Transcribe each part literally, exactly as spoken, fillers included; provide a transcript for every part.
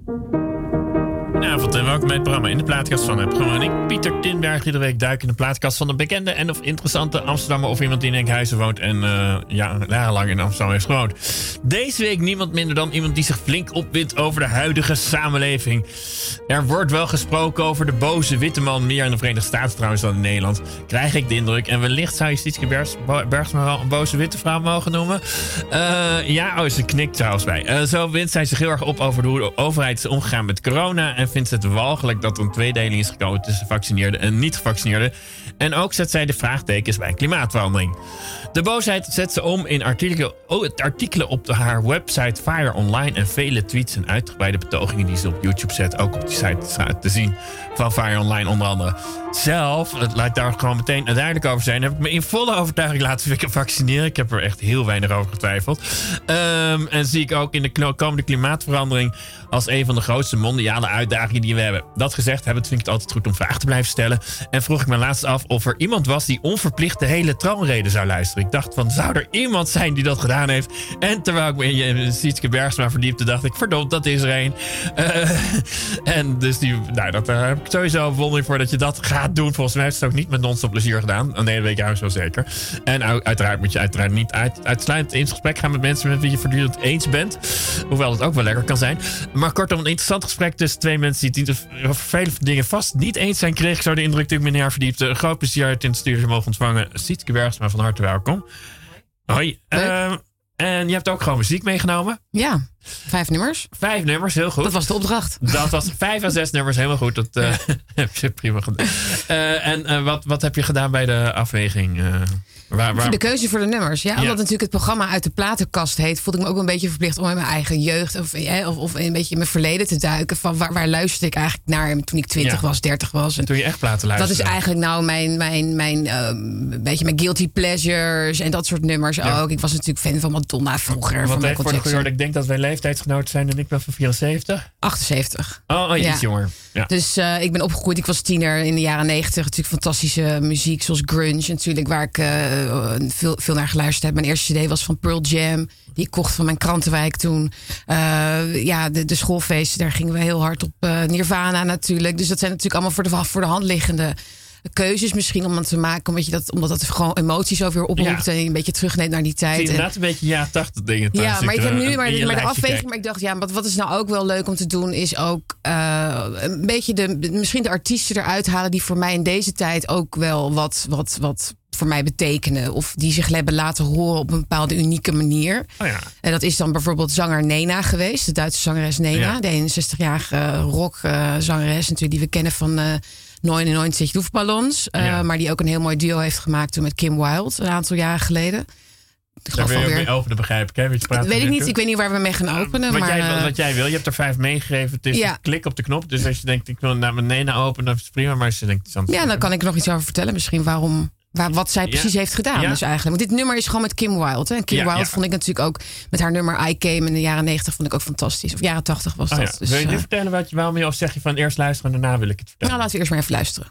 Goedenavond en welkom bij het programma In de Plaatkast van het programma. En ik, Pieter Tinberg, iedere week duik in de plaatkast van een bekende en of interessante Amsterdammer of iemand die in Enkhuizen woont en uh, ja, jarenlang in Amsterdam heeft gewoond. Deze week niemand minder dan iemand die zich flink opwindt over de huidige samenleving. Er wordt wel gesproken over de boze witte man, meer in de Verenigde Staten trouwens dan in Nederland, krijg ik de indruk. En wellicht zou je Sietske Bergs, Bergsma wel een boze witte vrouw mogen noemen. Uh, ja, oh, ze knikt trouwens bij. Uh, zo wint zij zich heel erg op over hoe de overheid is omgegaan met corona en vindt het walgelijk dat er een tweedeling is gekomen tussen gevaccineerden en niet-gevaccineerden. En ook zet zij de vraagtekens bij klimaatverandering. De boosheid zet ze om in artikelen, artikelen op de, haar website Fire Online en vele tweets en uitgebreide betogingen die ze op YouTube zet. Ook op die site te zien van Fire Online onder andere. Zelf, het laat daar gewoon meteen duidelijk over zijn, heb ik me in volle overtuiging laten vaccineren. Ik heb er echt heel weinig over getwijfeld. Um, en zie ik ook in de komende klimaatverandering als een van de grootste mondiale uitdagingen die we hebben. Dat gezegd hebben, vind ik het altijd goed om vragen te blijven stellen. En vroeg ik me laatst af of er iemand was die onverplicht de hele troonrede zou luisteren. Ik dacht van, zou er iemand zijn die dat gedaan heeft? En terwijl ik me in Sietske Bergsma verdiepte, dacht ik, verdomd, dat is er een. Uh, en dus die, nou, dat, daar heb ik sowieso een wondering voor dat je dat gaat doen. Volgens mij heeft het ook niet met non-stop plezier gedaan. Nee, dat weet ik eigenlijk zo zeker. En uiteraard moet je uiteraard niet uit, uitsluitend in gesprek gaan met mensen met wie je voortdurend eens bent. Hoewel het ook wel lekker kan zijn. Maar kortom, een interessant gesprek tussen twee mensen die het over vele dingen vast niet eens zijn, kreeg ik zo de indruk dat ik me in haar verdiepte. Een groot plezier uit in het studio mogen ontvangen. Sietske Bergsma, van harte welkom. Hoi. Uh, en je hebt ook gewoon muziek meegenomen. Ja, vijf nummers. Vijf nummers, heel goed. Dat was de opdracht. Dat was vijf en zes nummers, helemaal goed. Dat uh, heb je prima gedaan. Uh, en uh, wat, wat heb je gedaan bij de afweging? Uh, waar, waar... De keuze voor de nummers. Ja, omdat ja. natuurlijk het programma uit de platenkast heet, voelde ik me ook een beetje verplicht om in mijn eigen jeugd of, of, of een beetje in mijn verleden te duiken. Van waar, waar luisterde ik eigenlijk naar toen ik twintig ja. was, dertig was. En toen je echt platen luisterde. Dat is eigenlijk nou mijn, mijn, mijn, uh, een beetje mijn guilty pleasures en dat soort nummers ja. ook. Ik was natuurlijk fan van Madonna vroeger. Wat van heeft voor de gehoord? Ik denk dat wij leeftijdsgenoten zijn en ik ben van vierenzeventig. achtenzeventig. Oh, oh je ja. iets jonger. Ja. Dus uh, ik ben opgegroeid. Ik was tiener in de jaren negentig. Natuurlijk fantastische muziek zoals grunge natuurlijk, waar ik uh, veel, veel naar geluisterd heb. Mijn eerste cd was van Pearl Jam. Die ik kocht van mijn krantenwijk toen. Uh, ja, de, de schoolfeesten, daar gingen we heel hard op. Uh, Nirvana natuurlijk. Dus dat zijn natuurlijk allemaal voor de, voor de hand liggende keuzes misschien om het te maken, omdat, je dat, omdat dat gewoon emoties over weer oproept ja. en je een beetje terugneemt naar die tijd. Het is inderdaad een beetje jaren tachtig dingen. Ja, maar ik heb nu maar, maar de afweging, maar ik dacht, ja, wat, wat is nou ook wel leuk om te doen, is ook uh, een beetje de, misschien de artiesten eruit halen die voor mij in deze tijd ook wel wat, wat, wat voor mij betekenen. Of die zich hebben laten horen op een bepaalde unieke manier. Oh ja. En dat is dan bijvoorbeeld zanger Nena geweest. De Duitse zangeres Nena. Ja. De eenenzestigjarige rockzangeres uh, natuurlijk die we kennen van Uh, negenennegentig Luftballons. Uh, ja. Maar die ook een heel mooi duo heeft gemaakt toen met Kim Wilde. Een aantal jaren geleden. Daar wil je weer mee openen, begrijp ik. Hè? Weet ik weet ik niet. Ik weet niet waar we mee gaan openen. Wat, maar, jij, wat jij wil. Je hebt er vijf meegegeven. Het is ja. klik op de knop. Dus als je denkt, ik wil naar mijn Nena openen, dan is het prima. Maar als je denkt, ja, dan kan ik nog iets over vertellen. Misschien waarom, waar, wat zij precies ja. heeft gedaan. Ja. Dus eigenlijk. Want dit nummer is gewoon met Kim Wilde. Hè? En Kim ja, Wilde ja. vond ik natuurlijk ook met haar nummer I Came in de jaren negentig vond ik ook fantastisch. Of jaren tachtig was oh, dat. Ja. Dus, wil je nu uh, vertellen wat je waarom je of zeg je van eerst luisteren en daarna wil ik het vertellen? Nou, laten we eerst maar even luisteren.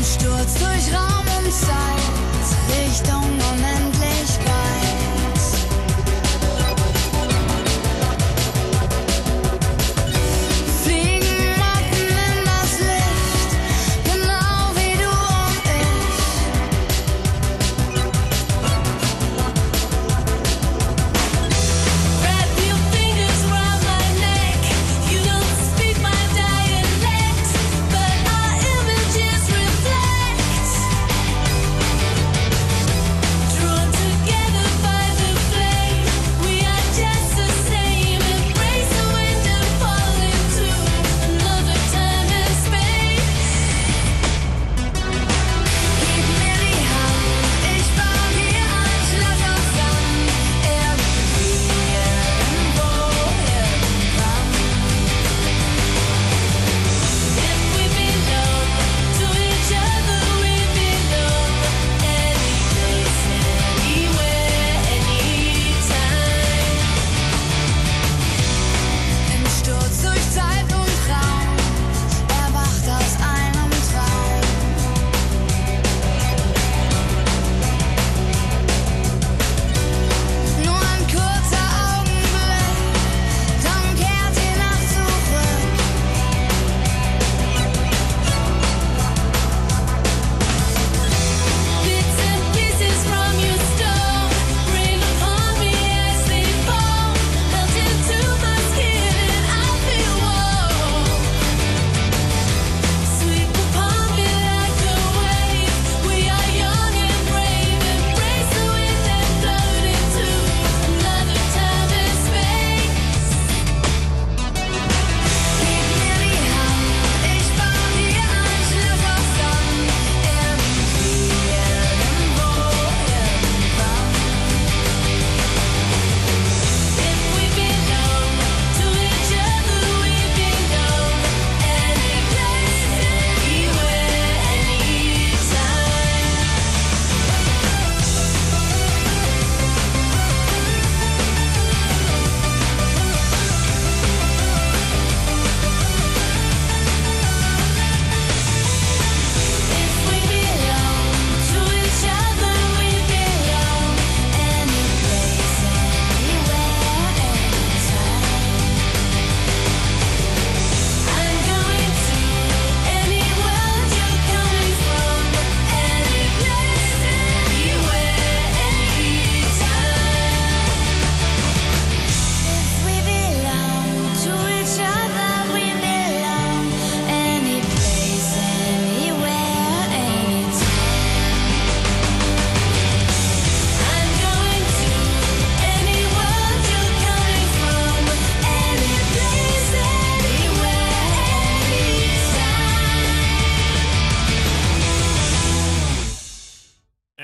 Durch Raum und Zeit, Richtung Unendlichkeit.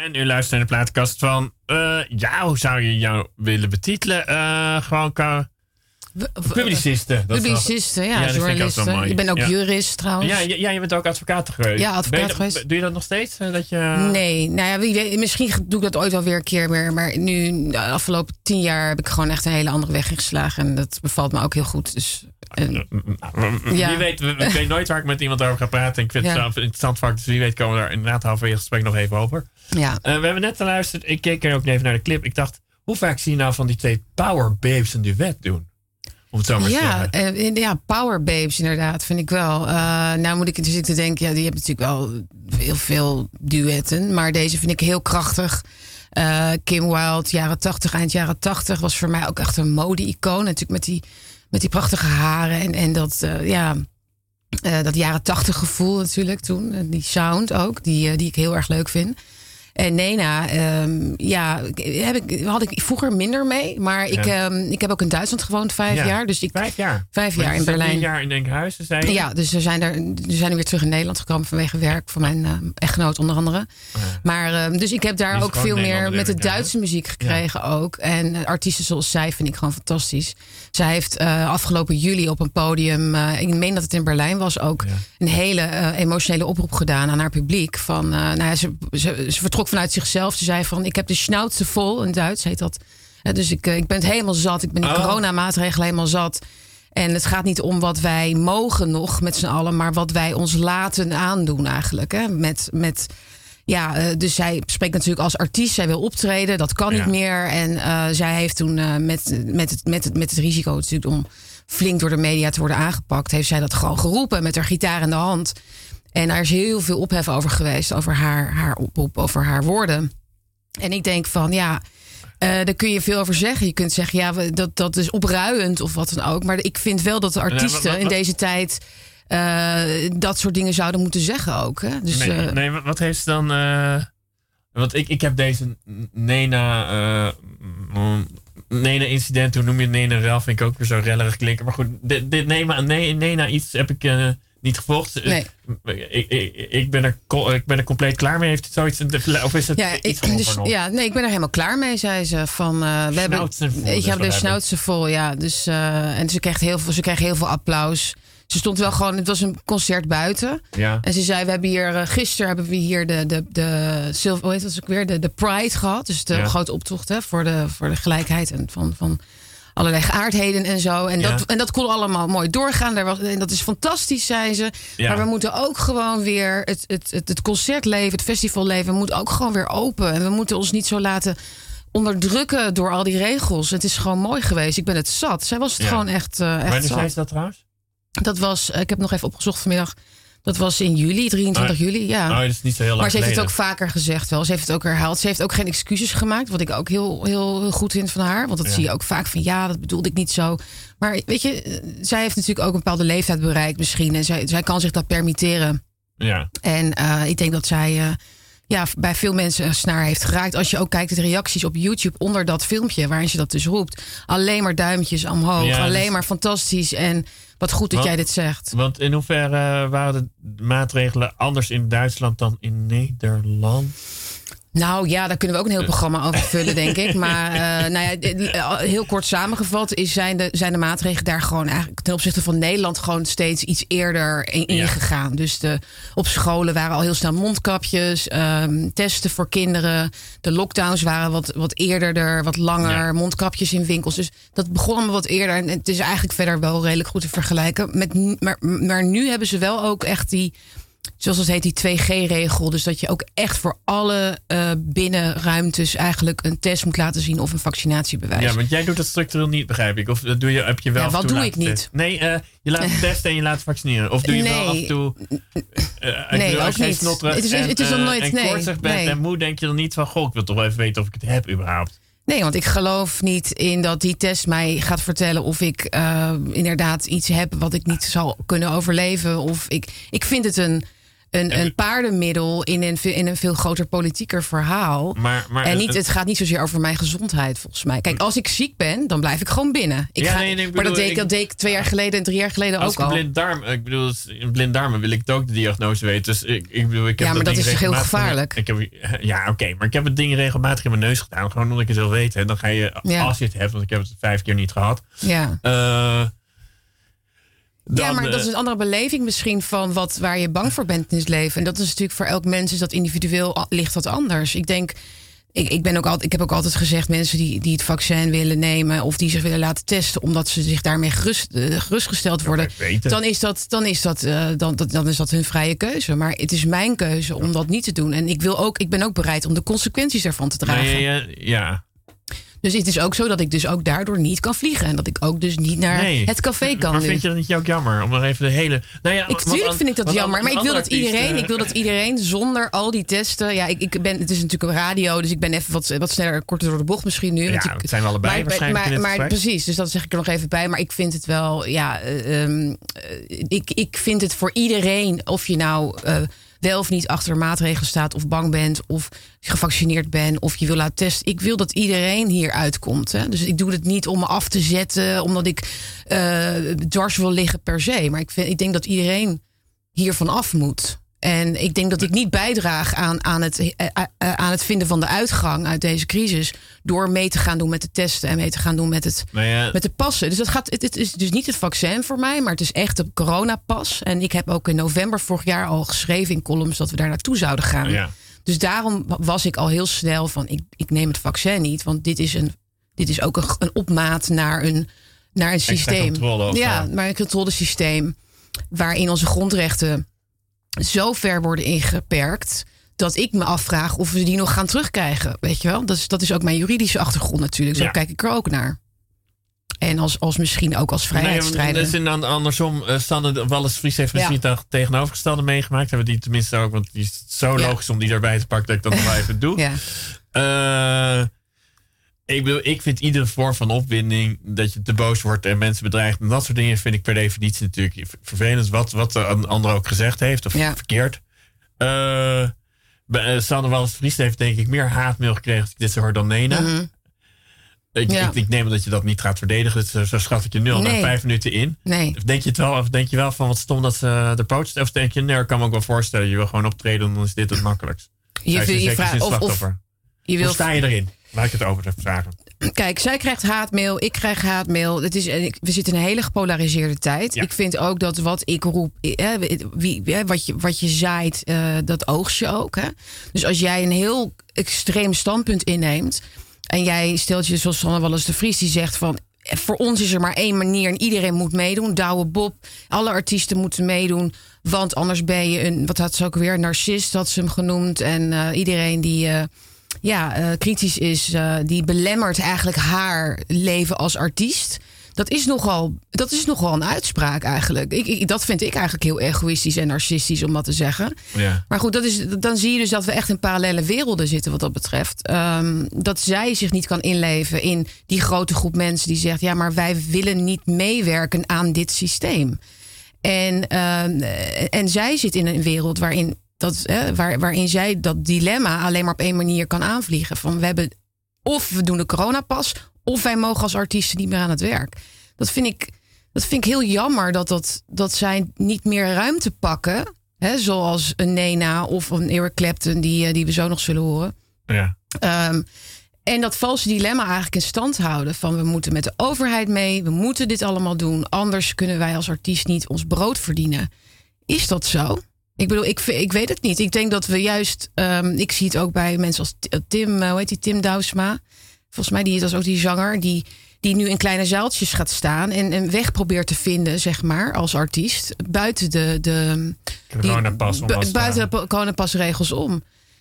En u luistert naar de plaatkast van... Uh, ja, hoe zou je jou willen betitelen? Uh, gewoon... Ka- Publicisten. Publicisten, ja, ja journalisten. Ik, ik ben ook ja. jurist trouwens. Ja, ja, je bent ook advocaat geweest. Ja, advocaat je, geweest. Doe je dat nog steeds? Dat je... Nee, nou ja, wie weet, misschien doe ik dat ooit wel weer een keer meer. Maar nu, de afgelopen tien jaar, heb ik gewoon echt een hele andere weg ingeslagen. En dat bevalt me ook heel goed. Dus, en, ja. Wie weet, ik weet nooit waar ik met iemand over ga praten. Ik vind ja. het zelf een interessant vak. Dus wie weet komen we daar inderdaad halverwege het gesprek nog even over. Ja. Uh, we hebben net geluisterd. Ik keek er ook even naar de clip. Ik dacht, hoe vaak zie je nou van die twee Power Babes een duet doen? Om het zo maar ja, te zeggen. Uh, ja, Power Babes inderdaad, vind ik wel. Uh, nou moet ik dus te denken, ja, die hebben natuurlijk wel heel veel duetten. Maar deze vind ik heel krachtig. Uh, Kim Wilde, jaren tachtig, eind jaren tachtig, was voor mij ook echt een mode-icoon. Natuurlijk met die, met die prachtige haren en, en dat, uh, ja, uh, dat jaren tachtig gevoel natuurlijk toen. Uh, die sound ook, die, uh, die ik heel erg leuk vind. En Nena, um, ja, heb ik, had ik vroeger minder mee. Maar ik, ja. um, ik heb ook in Duitsland gewoond vijf ja. jaar. Dus ik, vijf jaar? Vijf jaar in Berlijn. Tien jaar in Enkhuizen, zei je? Ja, dus we zijn, er, we zijn weer terug in Nederland gekomen vanwege werk van mijn uh, echtgenoot onder andere. Ja. Maar um, dus ik heb daar ook veel meer met de Duitse muziek gekregen ja. ook. En uh, artiesten zoals zij vind ik gewoon fantastisch. Zij heeft uh, afgelopen juli op een podium, uh, ik meen dat het in Berlijn was ook, ja. een hele uh, emotionele oproep gedaan aan haar publiek. Van, uh, nou ja, ze, ze, ze vertrok vanuit zichzelf. Ze zei van, ik heb de schnauze vol, in Duits heet dat. Uh, dus ik, uh, ik ben het helemaal zat. Ik ben die oh. coronamaatregelen helemaal zat. En het gaat niet om wat wij mogen nog met z'n allen, maar wat wij ons laten aandoen eigenlijk. Hè? Met, met, ja, uh, dus zij spreekt natuurlijk als artiest. Zij wil optreden, dat kan ja. niet meer. En uh, zij heeft toen uh, met, met, het, met, het, met het risico natuurlijk om flink door de media te worden aangepakt, heeft zij dat gewoon geroepen met haar gitaar in de hand. En daar is heel veel ophef over geweest, over haar, haar oproep, over haar woorden. En ik denk van, ja, uh, daar kun je veel over zeggen. Je kunt zeggen, ja, dat, dat is opruiend of wat dan ook. Maar ik vind wel dat de artiesten nee, wat, wat, in deze tijd uh, dat soort dingen zouden moeten zeggen ook. Hè? Dus, nee, uh, nee, wat heeft ze dan... Uh, want ik, ik heb deze Nena... Uh, Nena-incident, hoe noem je het? Nena-rel, vind ik ook weer zo rellerig klinken. Maar goed, dit, dit Nena, Nena iets heb ik... Uh, niet gevolgd. Nee. Ik, ik, ik, ben er, ik ben er compleet klaar mee. Heeft het zoiets? Of is het ja, iets ik, dus, ja, nee, ik ben er helemaal klaar mee, zei ze. Van, uh, we hebben, ik heb de schnauze vol, ja. Dus, uh, en ze kreeg, heel veel, ze kreeg heel veel applaus. Ze stond wel gewoon, het was een concert buiten. Ja. En ze zei, we hebben hier, uh, gisteren hebben we hier de, de, de, de hoe heet dat ook weer? De, de Pride gehad. Dus de ja. grote optocht hè, voor, de, voor de gelijkheid en van... van allerlei geaardheden en zo. En, ja. dat, en dat kon allemaal mooi doorgaan. Daar was, en dat is fantastisch, zei ze. Ja. Maar we moeten ook gewoon weer... Het, het, het, het concertleven, het festivalleven... moet ook gewoon weer open. En we moeten ons niet zo laten onderdrukken door al die regels. Het is gewoon mooi geweest. Ik ben het zat. Zij was het ja. gewoon echt, uh, echt Wanneer zat. zei ze dat trouwens? Dat was... Ik heb nog even opgezocht vanmiddag. Dat was in juli, drieëntwintig juli, ja. Oh, dat is niet zo heel lang maar ze heeft geleden. het ook vaker gezegd wel. Ze heeft het ook herhaald. Ze heeft ook geen excuses gemaakt. Wat ik ook heel, heel, heel goed vind van haar. Want dat ja. zie je ook vaak van, ja, dat bedoelde ik niet zo. Maar weet je, zij heeft natuurlijk ook een bepaalde leeftijd bereikt misschien. En zij, zij kan zich dat permitteren. Ja. En uh, ik denk dat zij... Uh, ja, bij veel mensen een snaar heeft geraakt. Als je ook kijkt, de reacties op YouTube onder dat filmpje... waarin ze dat dus roept. Alleen maar duimpjes omhoog. Ja, alleen dus... maar fantastisch. En wat goed dat want, jij dit zegt. Want in hoeverre waren de maatregelen anders in Duitsland dan in Nederland? Nou ja, daar kunnen we ook een heel programma over vullen, denk ik. Maar uh, nou ja, heel kort samengevat is, zijn, de, zijn de maatregelen daar gewoon eigenlijk ten opzichte van Nederland gewoon steeds iets eerder in, ingegaan. Ja. Dus de, op scholen waren al heel snel mondkapjes, um, testen voor kinderen. De lockdowns waren wat, wat eerder, wat langer, ja. mondkapjes in winkels. Dus dat begon allemaal wat eerder. En het is eigenlijk verder wel redelijk goed te vergelijken. Met, maar, maar nu hebben ze wel ook echt die... Zoals het heet, die twee G-regel. Dus dat je ook echt voor alle uh, binnenruimtes eigenlijk een test moet laten zien of een vaccinatiebewijs. Ja, want jij doet dat structureel niet, begrijp ik. Of dat doe je, heb je wel ja, af en wat toe doe ik niet? Testen? Nee, uh, je laat testen en je laat vaccineren. Of doe je nee. wel af en toe... Uh, nee, bedoel, ook niet. Het is, en, het is al nooit... en nee, koortsig bent nee. en moe, denk je dan niet van... Goh, ik wil toch wel even weten of ik het heb überhaupt. Nee, want ik geloof niet in dat die test mij gaat vertellen of ik uh, inderdaad iets heb wat ik niet zal kunnen overleven. Of ik, ik vind het een... een, een paardenmiddel in een, in een veel groter politieker verhaal. Maar, maar, en niet, het gaat niet zozeer over mijn gezondheid, volgens mij. Kijk, als ik ziek ben, dan blijf ik gewoon binnen. Ik ja, ga, nee, nee, ik bedoel, maar dat deed ik, dat deed ik twee jaar geleden en drie jaar geleden als ook ik al. Blind darm, ik bedoel, in blind darmen wil ik het ook de diagnose weten. Dus ik, ik bedoel, ik heb ja, maar dat, dat is toch heel gevaarlijk? Ik heb, ja, oké, okay, maar ik heb het ding regelmatig in mijn neus gedaan. Gewoon omdat ik het wil weten. En dan ga je, ja. als je het hebt, want ik heb het vijf keer niet gehad. Ja. Uh, Dan, ja, maar dat is een andere beleving misschien van wat, waar je bang voor bent in het leven. En dat is natuurlijk voor elk mens is dat individueel ligt dat anders. Ik denk, ik, ik, ben ook altijd, ik heb ook altijd gezegd, mensen die, die het vaccin willen nemen of die zich willen laten testen, omdat ze zich daarmee gerust, uh, gerustgesteld worden, dan is dat, dan is dat, uh, dan, dat, dan is dat hun vrije keuze. Maar het is mijn keuze om dat niet te doen. En ik wil ook, ik ben ook bereid om de consequenties daarvan te dragen. Nee, ja, ja. Dus het is ook zo dat ik dus ook daardoor niet kan vliegen. En dat ik ook dus niet naar nee, het café kan. Maar nu. vind je dat niet ook jammer? Om nog even de hele... Nou ja, ik, tuurlijk want, vind ik dat want, jammer. Maar ik wil dat, artiesten... iedereen, ik wil dat iedereen zonder al die testen... Ja, ik, ik ben, het is natuurlijk een radio. Dus ik ben even wat, wat sneller, korter door de bocht misschien nu. Ja, het zijn we allebei maar, waarschijnlijk. Maar, maar, maar precies, dus dat zeg ik er nog even bij. Maar ik vind het wel... Ja, um, ik, ik vind het voor iedereen... Of je nou... Uh, wel of niet achter maatregelen staat of bang bent of gevaccineerd bent of je wil laten testen. Ik wil dat iedereen hier uitkomt. Hè? Dus ik doe het niet om me af te zetten, omdat ik uh, dwars wil liggen per se. Maar ik, vind, ik denk dat iedereen hiervan af moet. En ik denk dat ik niet bijdraag aan, aan, het, uh, uh, aan het vinden van de uitgang uit deze crisis door mee te gaan doen met de testen en mee te gaan doen met het, nou ja, met de passen. Dus dat gaat, het, het is dus niet het vaccin voor mij, maar het is echt de coronapas. En ik heb ook in november vorig jaar al geschreven in columns dat we daar naartoe zouden gaan. Ja. Dus daarom was ik al heel snel van ik, ik neem het vaccin niet, want dit is, een, dit is ook een, een opmaat naar een, naar een systeem. Controle, ja, maar een controlesysteem waarin onze grondrechten zo ver worden ingeperkt dat ik me afvraag of we die nog gaan terugkrijgen. Weet je wel? Dat is, dat is ook mijn juridische achtergrond natuurlijk. Zo ja. kijk ik er ook naar. En als, als misschien ook als vrijheidsstrijder. Nee, dat is in, andersom. Uh, Sanne Wallis-Vries heeft misschien ja. het tegenovergestelde meegemaakt. Hebben die tenminste ook, want die is zo ja. logisch om die erbij te pakken dat ik dat nog wel even doe. Ja. Uh, Ik bedoel, ik vind iedere vorm van opwinding, dat je te boos wordt en mensen bedreigt en dat soort dingen, vind ik per definitie natuurlijk vervelend. Wat, wat de ander ook gezegd heeft, of ja. verkeerd. Uh, uh, Sanne Wallis-Vries heeft denk ik meer haatmail gekregen als ik dit zo hoor dan Nena. Mm-hmm. Ik, ja. ik, ik neem dat je dat niet gaat verdedigen. Dus zo schat ik je nu al nee. na vijf minuten in. Nee. Of denk je het wel, of denk je wel van wat stom dat ze de post? Of denk je, nee, ik kan me ook wel voorstellen, je wil gewoon optreden, dan is dit het makkelijkst. Je, je, je vraagt of, of je wil. Hoe sta je erin? Laat ik het over te vragen. Kijk, zij krijgt haatmail, ik krijg haatmail. Het is, we zitten in een hele gepolariseerde tijd. Ja. Ik vind ook dat wat ik roep, hè, wie, hè, wat, je, wat je zaait, uh, dat oogst je ook. Hè? Dus als jij een heel extreem standpunt inneemt en jij stelt je zoals Sanne Wallis-Vries die zegt van voor ons is er maar één manier en iedereen moet meedoen. Douwe Bob, alle artiesten moeten meedoen. Want anders ben je een, wat had ze ook weer, een narcist had ze hem genoemd. En uh, iedereen die uh, ja, uh, kritisch is, uh, die belemmert eigenlijk haar leven als artiest. Dat is nogal, dat is nogal een uitspraak eigenlijk. Ik, ik, dat vind ik eigenlijk heel egoïstisch en narcistisch om dat te zeggen. Ja. Maar goed, dat is, dan zie je dus dat we echt in parallele werelden zitten wat dat betreft. Um, dat zij zich niet kan inleven in die grote groep mensen die zegt, ja, maar wij willen niet meewerken aan dit systeem. En, uh, en zij zit in een wereld waarin, dat, uh, waar, waarin zij dat dilemma alleen maar op één manier kan aanvliegen. Van we hebben of we doen de coronapas, of wij mogen als artiesten niet meer aan het werk. Dat vind ik, dat vind ik heel jammer dat, dat, dat zij niet meer ruimte pakken. Hè, zoals een Nena of een Eric Clapton die, die we zo nog zullen horen. Ja. Um, en dat valse dilemma eigenlijk in stand houden. Van we moeten met de overheid mee. We moeten dit allemaal doen. Anders kunnen wij als artiest niet ons brood verdienen. Is dat zo? Ik bedoel, ik, ik weet het niet. Ik denk dat we juist... Um, ik zie het ook bij mensen als Tim, hoe heet die, Tim Douwsma. Volgens mij die is ook die zanger die, die nu in kleine zaaltjes gaat staan en een weg probeert te vinden, zeg maar, als artiest buiten de, de, de coronapas om bu, buiten de coronapasregels om.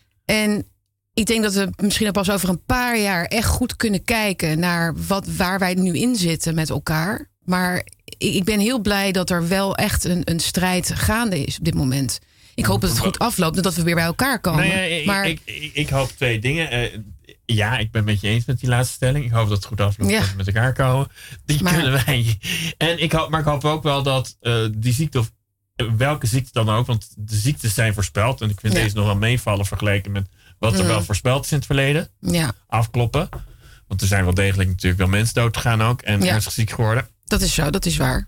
En ik denk dat we misschien pas over een paar jaar echt goed kunnen kijken naar wat, waar wij nu in zitten met elkaar. Maar ik ben heel blij dat er wel echt een, een strijd gaande is op dit moment. Ik hoop dat het goed afloopt en dat we weer bij elkaar komen. Nou ja, ik, maar ik, ik, ik hoop twee dingen. Uh, ja, ik ben het met je eens met die laatste stelling. Ik hoop dat het goed afloopt ja. dat we met elkaar komen. Die maar, kunnen wij. En ik hoop, maar ik hoop ook wel dat uh, die ziekte welke ziekte dan ook. Want de ziektes zijn voorspeld. En ik vind ja. deze nog wel meevallen vergeleken met wat er mm. wel voorspeld is in het verleden. Ja. Afkloppen. Want er zijn wel degelijk natuurlijk wel mensen dood gegaan ook. En ja. ernstig ziek geworden. Dat is zo, dat is waar.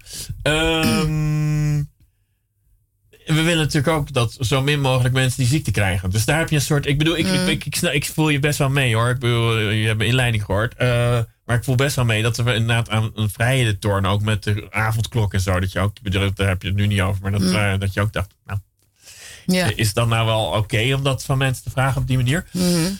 Um, we willen natuurlijk ook dat zo min mogelijk mensen die ziekte krijgen. Dus daar heb je een soort... Ik bedoel, ik, mm. ik, ik, ik, ik voel je best wel mee hoor. Ik bedoel, je hebt een inleiding gehoord. Uh, maar ik voel best wel mee dat we inderdaad aan een vrijheid tornen. Ook met de avondklok en zo. Dat je ook, bedoel, daar heb je het nu niet over. Maar dat, mm. uh, dat je ook dacht, nou... Ja. Is dat nou wel oké okay om dat van mensen te vragen op die manier? Mm.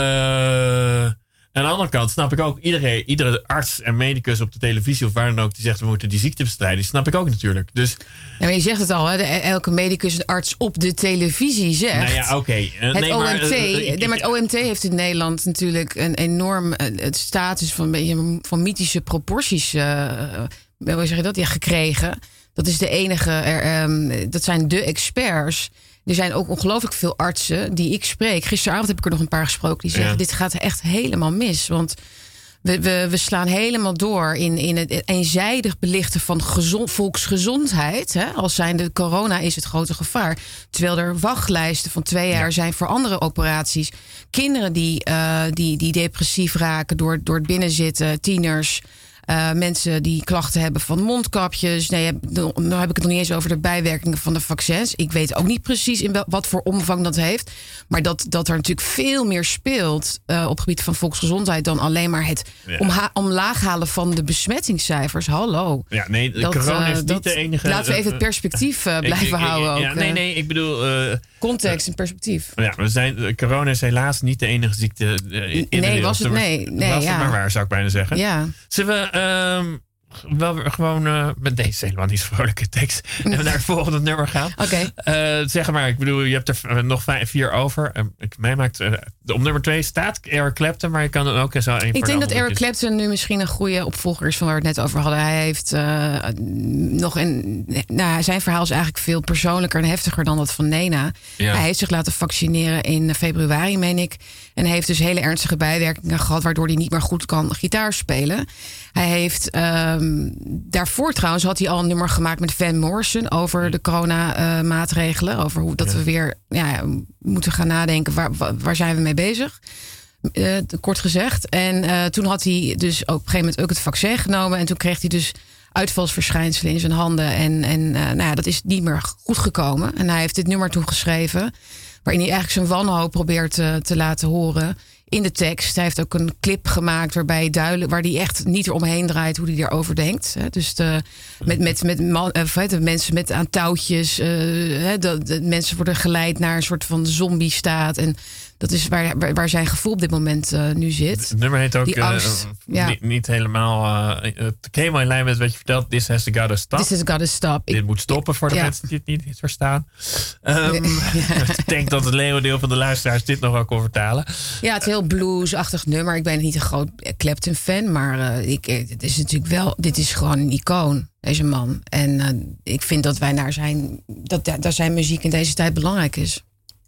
Uh, aan de andere kant snap ik ook... Iedereen, iedere arts en medicus op de televisie of waar dan ook... die zegt we moeten die ziekte bestrijden. Snap ik ook natuurlijk. Dus, ja, maar je zegt het al, hè? De, elke medicus en arts op de televisie zegt... Nou ja, oké. Okay. Uh, het nee, O M T, maar, uh, uh, nee, maar het O M T heeft in Nederland natuurlijk... een enorm uh, het status van, een beetje, van mythische proporties... Uh, hoe zeg je dat? Ja, gekregen. Dat is de enige... Er, um, dat zijn de experts... Er zijn ook ongelooflijk veel artsen die ik spreek. Gisteravond heb ik er nog een paar gesproken die zeggen... Ja. dit gaat echt helemaal mis. Want we, we, we slaan helemaal door in, in het eenzijdig belichten van gezond, volksgezondheid. Hè? Als zijnde corona is het grote gevaar. Terwijl er wachtlijsten van twee jaar ja. zijn voor andere operaties. Kinderen die, uh, die, die depressief raken door, door het binnenzitten, tieners... Uh, mensen die klachten hebben van mondkapjes. Nee, dan heb ik het nog niet eens over de bijwerkingen van de vaccins. Ik weet ook niet precies in wel, wat voor omvang dat heeft. Maar dat, dat er natuurlijk veel meer speelt uh, op het gebied van volksgezondheid... dan alleen maar het ja. omha- omlaag halen van de besmettingscijfers. Hallo. Ja, nee, de dat, corona is uh, niet dat, de enige... Laten we even het perspectief uh, blijven ik, ik, houden. Ik, ja, ook, nee, nee, ik bedoel... Uh, context en perspectief. Ja, we zijn, corona is helaas niet de enige ziekte uh, in nee, de wereld. Was het, nee, nee, was ja. het maar waar, zou ik bijna zeggen. Ja. Zullen we... Um, wel gewoon uh, met deze helemaal niet zo vrolijke tekst en we naar het volgende nummer gaan. Oké. Okay. Uh, zeg maar, ik bedoel, je hebt er uh, nog vijf, vier over. Uh, ik, mij maakt, uh, op nummer twee staat Eric Clapton, maar je kan dan ook eens een. Ik denk dat Eric Clapton nu misschien een goede opvolger is van waar we het net over hadden. Hij heeft uh, nog een. Nou, zijn verhaal is eigenlijk veel persoonlijker en heftiger dan dat van Nena. Ja. Hij heeft zich laten vaccineren in februari, meen ik. En heeft dus hele ernstige bijwerkingen gehad, waardoor hij niet meer goed kan gitaar spelen. Hij heeft um, daarvoor trouwens had hij al een nummer gemaakt met Van Morrison over de corona-maatregelen. Uh, over hoe dat ja. we weer ja, moeten gaan nadenken. Waar, waar zijn we mee bezig? Uh, kort gezegd. En uh, toen had hij dus op een gegeven moment ook het vaccin genomen. En toen kreeg hij dus uitvalsverschijnselen in zijn handen. En, en uh, nou ja, dat is niet meer goed gekomen. En hij heeft dit nummer toen geschreven, waarin hij eigenlijk zijn wanhoop probeert uh, te laten horen in de tekst. Hij heeft ook een clip gemaakt waarbij hij duidelijk, waar hij echt niet eromheen draait hoe hij erover denkt. Dus de, met, met, met man, uh, de mensen met aan touwtjes, uh, de, de mensen worden geleid naar een soort van zombie-staat. En dat is waar, waar, waar zijn gevoel op dit moment uh, nu zit. Het nummer heet ook Die angst, uh, ja. niet, niet helemaal... Uh, het helemaal in lijn met wat je vertelt. This has gotta stop. This has gotta stop. Dit ik, moet stoppen voor de ja. mensen die het niet, niet verstaan. Um, ja. Ik denk dat het leeuwendeel van de luisteraars dit nog wel kon vertalen. Ja, het is heel bluesachtig nummer. Ik ben niet een groot Clapton-fan. Maar uh, ik, het is natuurlijk wel... Dit is gewoon een icoon, deze man. En uh, ik vind dat wij naar zijn... Dat, dat zijn muziek in deze tijd belangrijk is.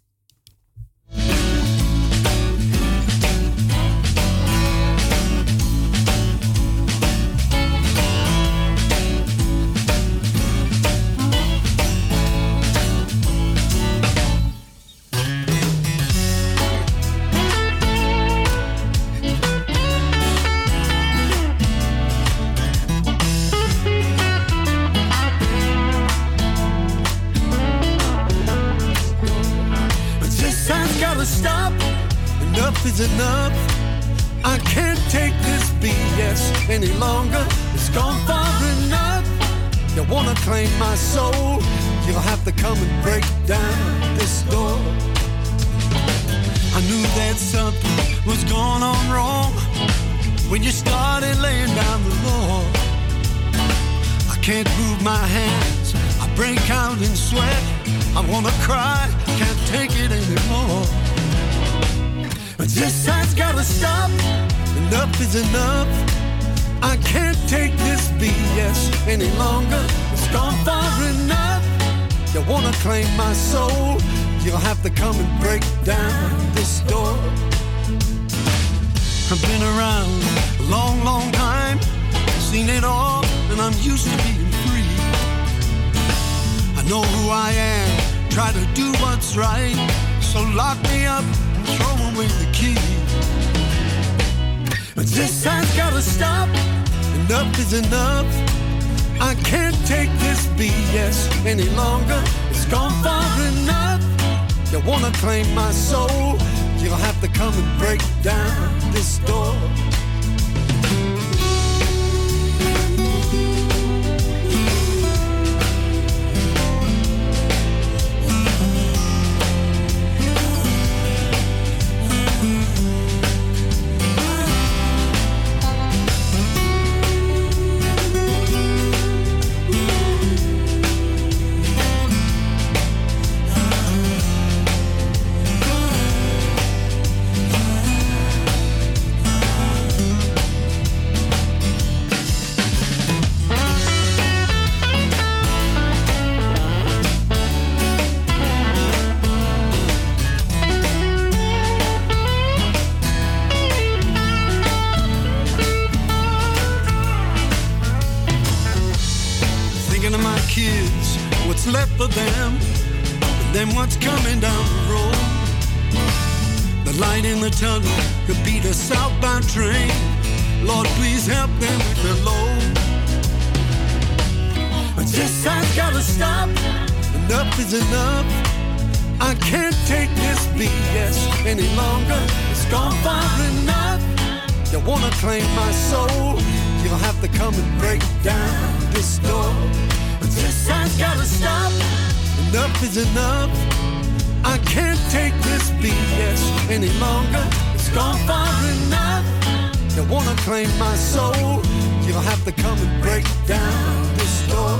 Is enough. I can't take this B S any longer. It's gone far enough. You wanna claim my soul? You'll have to come and break down this door. I knew that something was going on wrong when you started laying down the law. I can't move my hands. I break out in sweat. I wanna cry. Can't take it anymore. This side's gotta stop. Enough is enough. I can't take this B S any longer. It's gone far enough. You wanna claim my soul? You'll have to come and break down this door. I've been around a long, long time, seen it all, and I'm used to being free. I I know who I am, try to do what's right. So lock me up and throw away the key. But this has gotta stop. Enough is enough. I can't take this B S any longer. It's gone far enough. You wanna claim my soul? You'll have to come and break down this door. Left for them, and then what's coming down the road. The light in the tunnel could be the southbound train. Lord, please help them with their load. But this has gotta stop. Enough is enough. I can't take this B S any longer. It's gone far enough. You wanna claim my soul? You'll have to come and break down this door. This has gotta stop. Enough is enough. I can't take this B S any longer. It's gone far enough. You wanna claim my soul? You'll have to come and break down this door.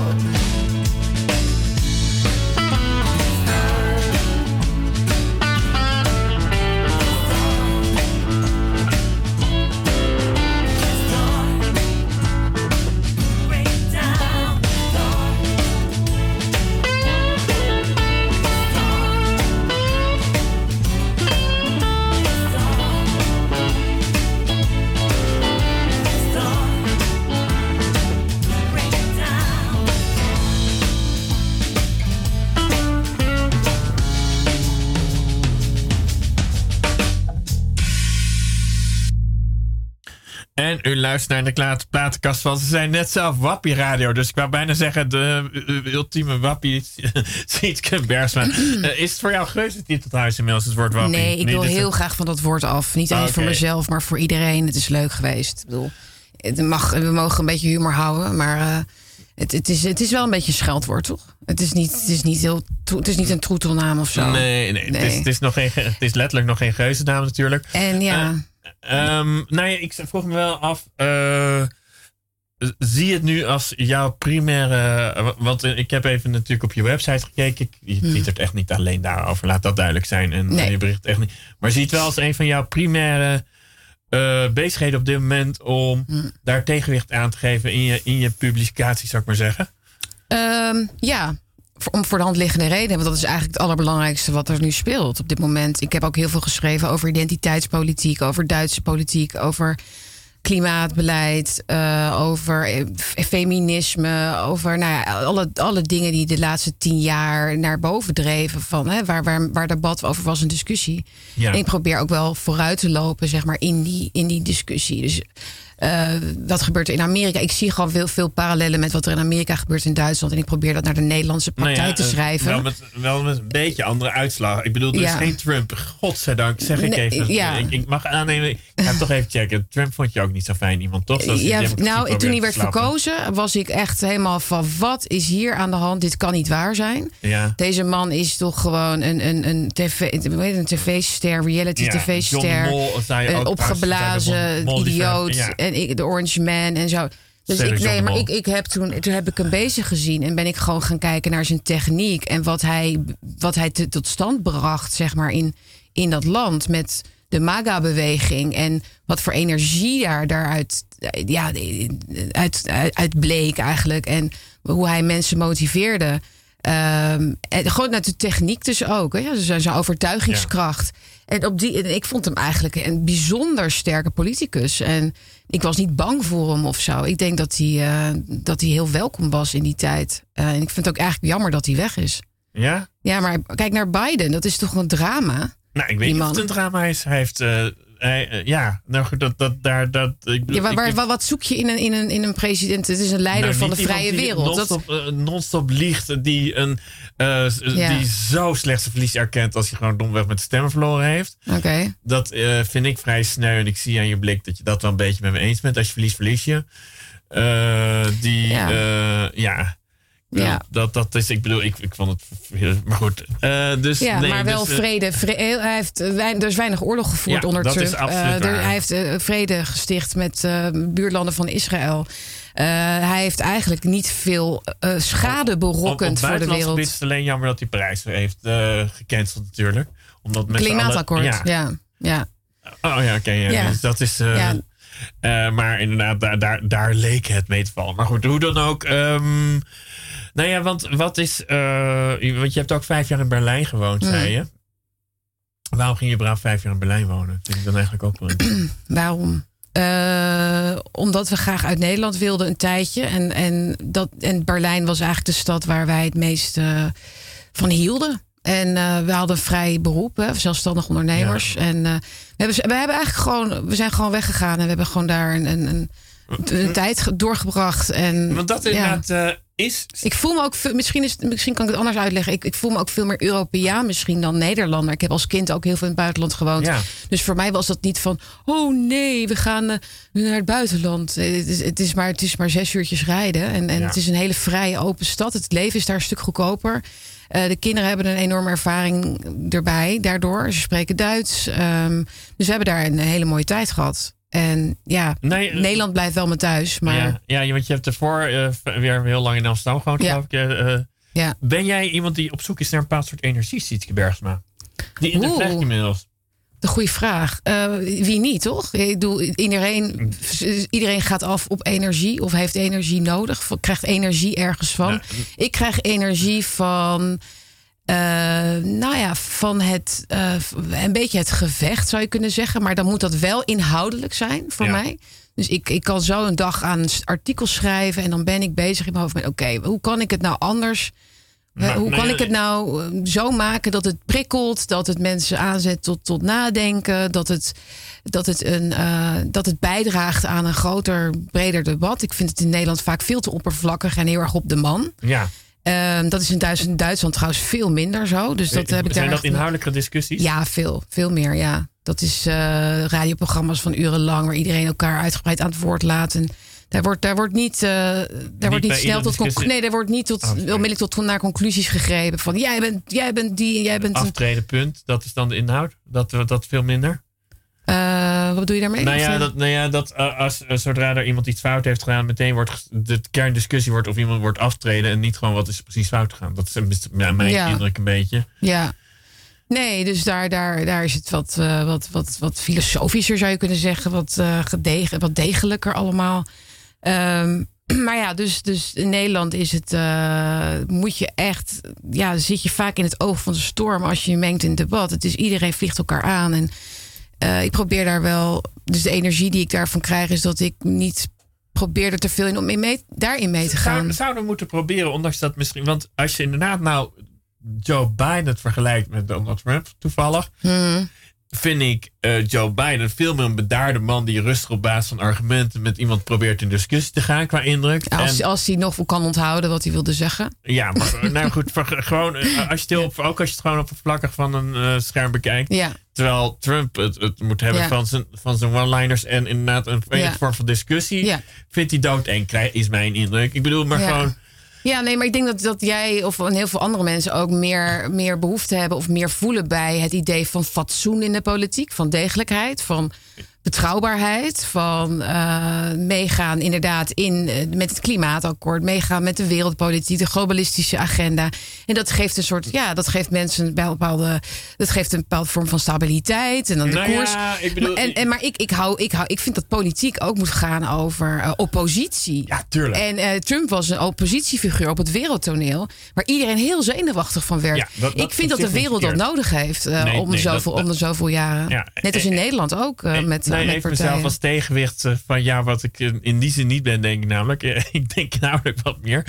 En u luistert naar de Klaat- platenkast van ze zijn net zelf Wappie Radio. Dus ik wou bijna zeggen de uh, ultieme Wappie Sietske Bergsma. Uh, is het voor jou geuzetitel trouwens inmiddels het woord Wappie? Nee, ik wil nee, heel het... graag van dat woord af. Niet alleen Okay. voor mezelf, maar voor iedereen. Het is leuk geweest. Ik bedoel, het mag, we mogen een beetje humor houden, maar uh, het, het, is, het is wel een beetje een scheldwoord, toch? Het is niet, het is niet, heel, het is niet een troetelnaam of zo. Nee, nee, nee. Het, is, het, is nog geen, het is letterlijk nog geen geuzennaam natuurlijk. En ja... Uh, Um, nou ja, ik vroeg me wel af. Uh, zie het nu als jouw primaire. Want ik heb even natuurlijk op je website gekeken. Je hmm. ziet het echt niet alleen daarover. Laat dat duidelijk zijn. En nee. je bericht echt niet. Maar zie het wel als een van jouw primaire uh, bezigheden op dit moment. Om hmm. daar tegenwicht aan te geven in je, in je publicatie, zou ik maar zeggen. Um, ja. Om voor de hand liggende reden. Want dat is eigenlijk het allerbelangrijkste wat er nu speelt op dit moment. Ik heb ook heel veel geschreven over identiteitspolitiek, over Duitse politiek, over klimaatbeleid, uh, over feminisme, over nou ja, alle, alle dingen die de laatste tien jaar naar boven dreven. Van, hè, waar, waar, waar debat over was, een discussie. Ja. En ik probeer ook wel vooruit te lopen, zeg maar, in die, in die discussie. Dus Uh, wat gebeurt er in Amerika? Ik zie gewoon veel, veel parallellen met wat er in Amerika gebeurt in Duitsland. En ik probeer dat naar de Nederlandse praktijk nou ja, te schrijven. Wel met, wel met een beetje andere uitslag. Ik bedoel, er ja. is geen Trump. Godzijdank, zeg ik nee, even. Ja. Ik, ik mag aannemen. Ik ga toch even checken. Trump vond je ook niet zo fijn iemand, toch? Zoals ja, je nou, toen hij werd verkozen, was ik echt helemaal van: wat is hier aan de hand? Dit kan niet waar zijn. Ja. Deze man is toch gewoon een, een, een, tv, een tv-ster, reality ja, tv-ster. Een opgeblazen Mol, idioot. Ja. En ik, de Orange Man en zo. Dus ik, nee, maar ik, ik heb toen, toen heb ik hem bezig gezien en ben ik gewoon gaan kijken naar zijn techniek en wat hij, wat hij te, tot stand bracht, zeg maar, in, in dat land met de MAGA-beweging en wat voor energie daar daaruit ja, uit, uit, uit bleek eigenlijk en hoe hij mensen motiveerde. Um, en gewoon naar de techniek dus ook. Hè? Ja, zijn zijn overtuigingskracht. Ja. En op die, en ik vond hem eigenlijk een bijzonder sterke politicus. En ik was niet bang voor hem of zo. Ik denk dat hij, uh, dat hij heel welkom was in die tijd. Uh, en ik vind het ook eigenlijk jammer dat hij weg is. Ja? Ja, maar kijk naar Biden. Dat is toch een drama? Nou, ik weet niet of het een drama is. Hij heeft... Uh... Hij, uh, ja, nou goed, dat, dat, daar, dat, ik bedoel, ja, waar, ik, waar, wat zoek je in een, in, een, in een president? Het is een leider nou, van de vrije wereld. Non-stop, uh, non-stop liegt, die, een, uh, ja. die zo slecht zijn verlies erkent als hij gewoon domweg met de stemmen verloren heeft. Okay. Dat uh, vind ik vrij sneu en ik zie aan je blik dat je dat wel een beetje met me eens bent. Als je verliest, verlies je. Uh, die, ja. Uh, ja. Ja. Dat, dat is, ik bedoel, ik, ik vond het. Maar goed. Uh, dus, ja, nee, maar wel dus, vrede. vrede hij heeft, er is weinig oorlog gevoerd ja, onder dat Trump. Is absoluut uh, er, hij heeft uh, vrede gesticht met uh, buurlanden van Israël. Uh, hij heeft eigenlijk niet veel uh, schade berokkend op, op voor de wereld. Het is alleen jammer dat hij Parijs heeft uh, gecanceld natuurlijk. Omdat met Klimaatakkoord, alle, ja. ja. ja. Oh ja, oké. Okay, ja. ja. Dus dat is... Uh, ja. uh, maar inderdaad, daar, daar, daar leek het mee te vallen. Maar goed, hoe dan ook... Um, Nou ja, want wat is... Uh, want je hebt ook vijf jaar in Berlijn gewoond, mm. zei je. Waarom ging je braaf vijf jaar in Berlijn wonen? Dat vind ik dan eigenlijk ook wel. Waarom? Uh, omdat we graag uit Nederland wilden een tijdje. En, en, dat, en Berlijn was eigenlijk de stad waar wij het meest uh, van hielden. En uh, we hadden een vrij beroep, hè, zelfstandig ondernemers. Ja. En uh, we, hebben, we hebben eigenlijk gewoon... We zijn gewoon weggegaan en we hebben gewoon daar een... een, een een tijd doorgebracht. En, Want dat inderdaad ja. uh, is... Ik voel me ook... Misschien, is, misschien kan ik het anders uitleggen. Ik, ik voel me ook veel meer Europeaan misschien dan Nederlander. Ik heb als kind ook heel veel in het buitenland gewoond. Ja. Dus voor mij was dat niet van... Oh nee, we gaan uh, naar het buitenland. Het is, het, is maar, het is maar zes uurtjes rijden. En, en ja. het is een hele vrije, open stad. Het leven is daar een stuk goedkoper. Uh, de kinderen hebben een enorme ervaring erbij daardoor. Ze spreken Duits. Um, dus we hebben daar een hele mooie tijd gehad. En ja, nee, uh, Nederland blijft wel mijn thuis. Maar... Ja, ja, want je hebt ervoor uh, weer heel lang in Amsterdam gewoond, ja. geloof ik. Uh, ja. Ben jij iemand die op zoek is naar een bepaald soort energie, Sietske Bergsma? Die in de plek inmiddels. De goede vraag. Uh, wie niet, toch? Ik bedoel, iedereen, iedereen gaat af op energie of heeft energie nodig. Krijgt energie ergens van. Ja. Ik krijg energie van... Uh, nou ja, van het uh, een beetje het gevecht zou je kunnen zeggen. Maar dan moet dat wel inhoudelijk zijn voor ja. mij. Dus ik, ik kan zo een dag aan een artikel schrijven. En dan ben ik bezig in mijn hoofd met... Oké, okay, hoe kan ik het nou anders... Maar, hoe kan ik het nou zo maken dat het prikkelt, dat het mensen aanzet tot, tot nadenken, dat het, dat, het een, uh, dat het bijdraagt aan een groter, breder debat. Ik vind het in Nederland vaak veel te oppervlakkig en heel erg op de man. Ja. Uh, dat is in Duitsland, Duitsland trouwens veel minder zo. Dus dat heb ik Zijn daar dat inhoudelijke discussies? Ja, veel. Veel meer, ja. Dat is uh, radioprogramma's van urenlang waar iedereen elkaar uitgebreid aan het woord laat. En daar wordt, daar wordt niet, uh, daar niet wordt niet snel tot conclusies. Nee, daar wordt niet tot onmiddellijk tot naar conclusies gegrepen. Van jij bent, jij bent die en jij bent. Aftreden, punt. Dat is dan de inhoud. Dat dat veel minder. Uh, wat bedoel je daarmee? Nou ja, dat, nou ja, dat uh, als, uh, zodra er iemand iets fout heeft gedaan, meteen wordt de kerndiscussie wordt of iemand wordt aftreden en niet gewoon wat is precies fout gegaan. Dat is ja, mijn ja. indruk een beetje. Ja. Nee, dus daar, daar, daar is het wat, uh, wat, wat, wat filosofischer zou je kunnen zeggen. Wat, uh, gedegen, wat degelijker allemaal. Um, maar ja, dus, dus in Nederland is het, uh, moet je echt, ja, zit je vaak in het oog van de storm als je je mengt in het debat. Het is iedereen vliegt elkaar aan en uh, ik probeer daar wel, dus de energie die ik daarvan krijg is dat ik niet probeer er te veel in om in mee, daarin mee te gaan. Zou, zouden we moeten proberen, ondanks dat misschien, want als je inderdaad nou Joe Biden het vergelijkt met Donald Trump toevallig, Hmm. vind ik uh, Joe Biden veel meer een bedaarde man die rustig op basis van argumenten met iemand probeert in discussie te gaan qua indruk. Als, en, als hij nog kan onthouden wat hij wilde zeggen. Ja, maar nou goed, voor, gewoon, als je het ook als je het gewoon oppervlakkig van een uh, scherm bekijkt. Ja. Terwijl Trump het, het moet hebben ja. van zijn, van zijn one-liners en inderdaad een ja. vorm van discussie. Ja. Vindt hij doodeng, is mijn indruk. Ik bedoel, maar ja. gewoon... Ja, nee, maar ik denk dat, dat jij of heel veel andere mensen ook meer, meer behoefte hebben of meer voelen bij het idee van fatsoen in de politiek, van degelijkheid, van betrouwbaarheid, van uh, meegaan inderdaad in uh, met het klimaatakkoord, meegaan met de wereldpolitiek, de globalistische agenda. En dat geeft een soort, ja, dat geeft mensen een bepaalde, dat geeft een bepaalde vorm van stabiliteit en dan de nou koers. Ja, ik bedoel, en, en maar ik, ik hou, ik hou, ik vind dat politiek ook moet gaan over uh, oppositie. Ja, tuurlijk. En uh, Trump was een oppositiefiguur op het wereldtoneel, waar iedereen heel zenuwachtig van werd. Ja, dat, dat ik vind dat de wereld dat nodig heeft uh, nee, om, nee, zoveel, dat, dat, om de zoveel jaren. Ja, net als in en, Nederland ook uh, en, met, nee, met even partijen. mezelf als tegenwicht van ja, wat ik in die zin niet ben, denk ik namelijk. Ik denk namelijk wat meer.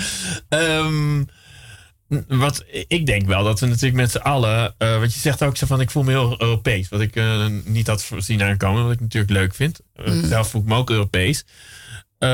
Um, wat ik denk wel dat we natuurlijk met z'n allen, uh, want je zegt ook zo van ik voel me heel Europees, wat ik uh, niet had voorzien aankomen, wat ik natuurlijk leuk vind. Uh, mm. Zelf voel ik me ook Europees. Um,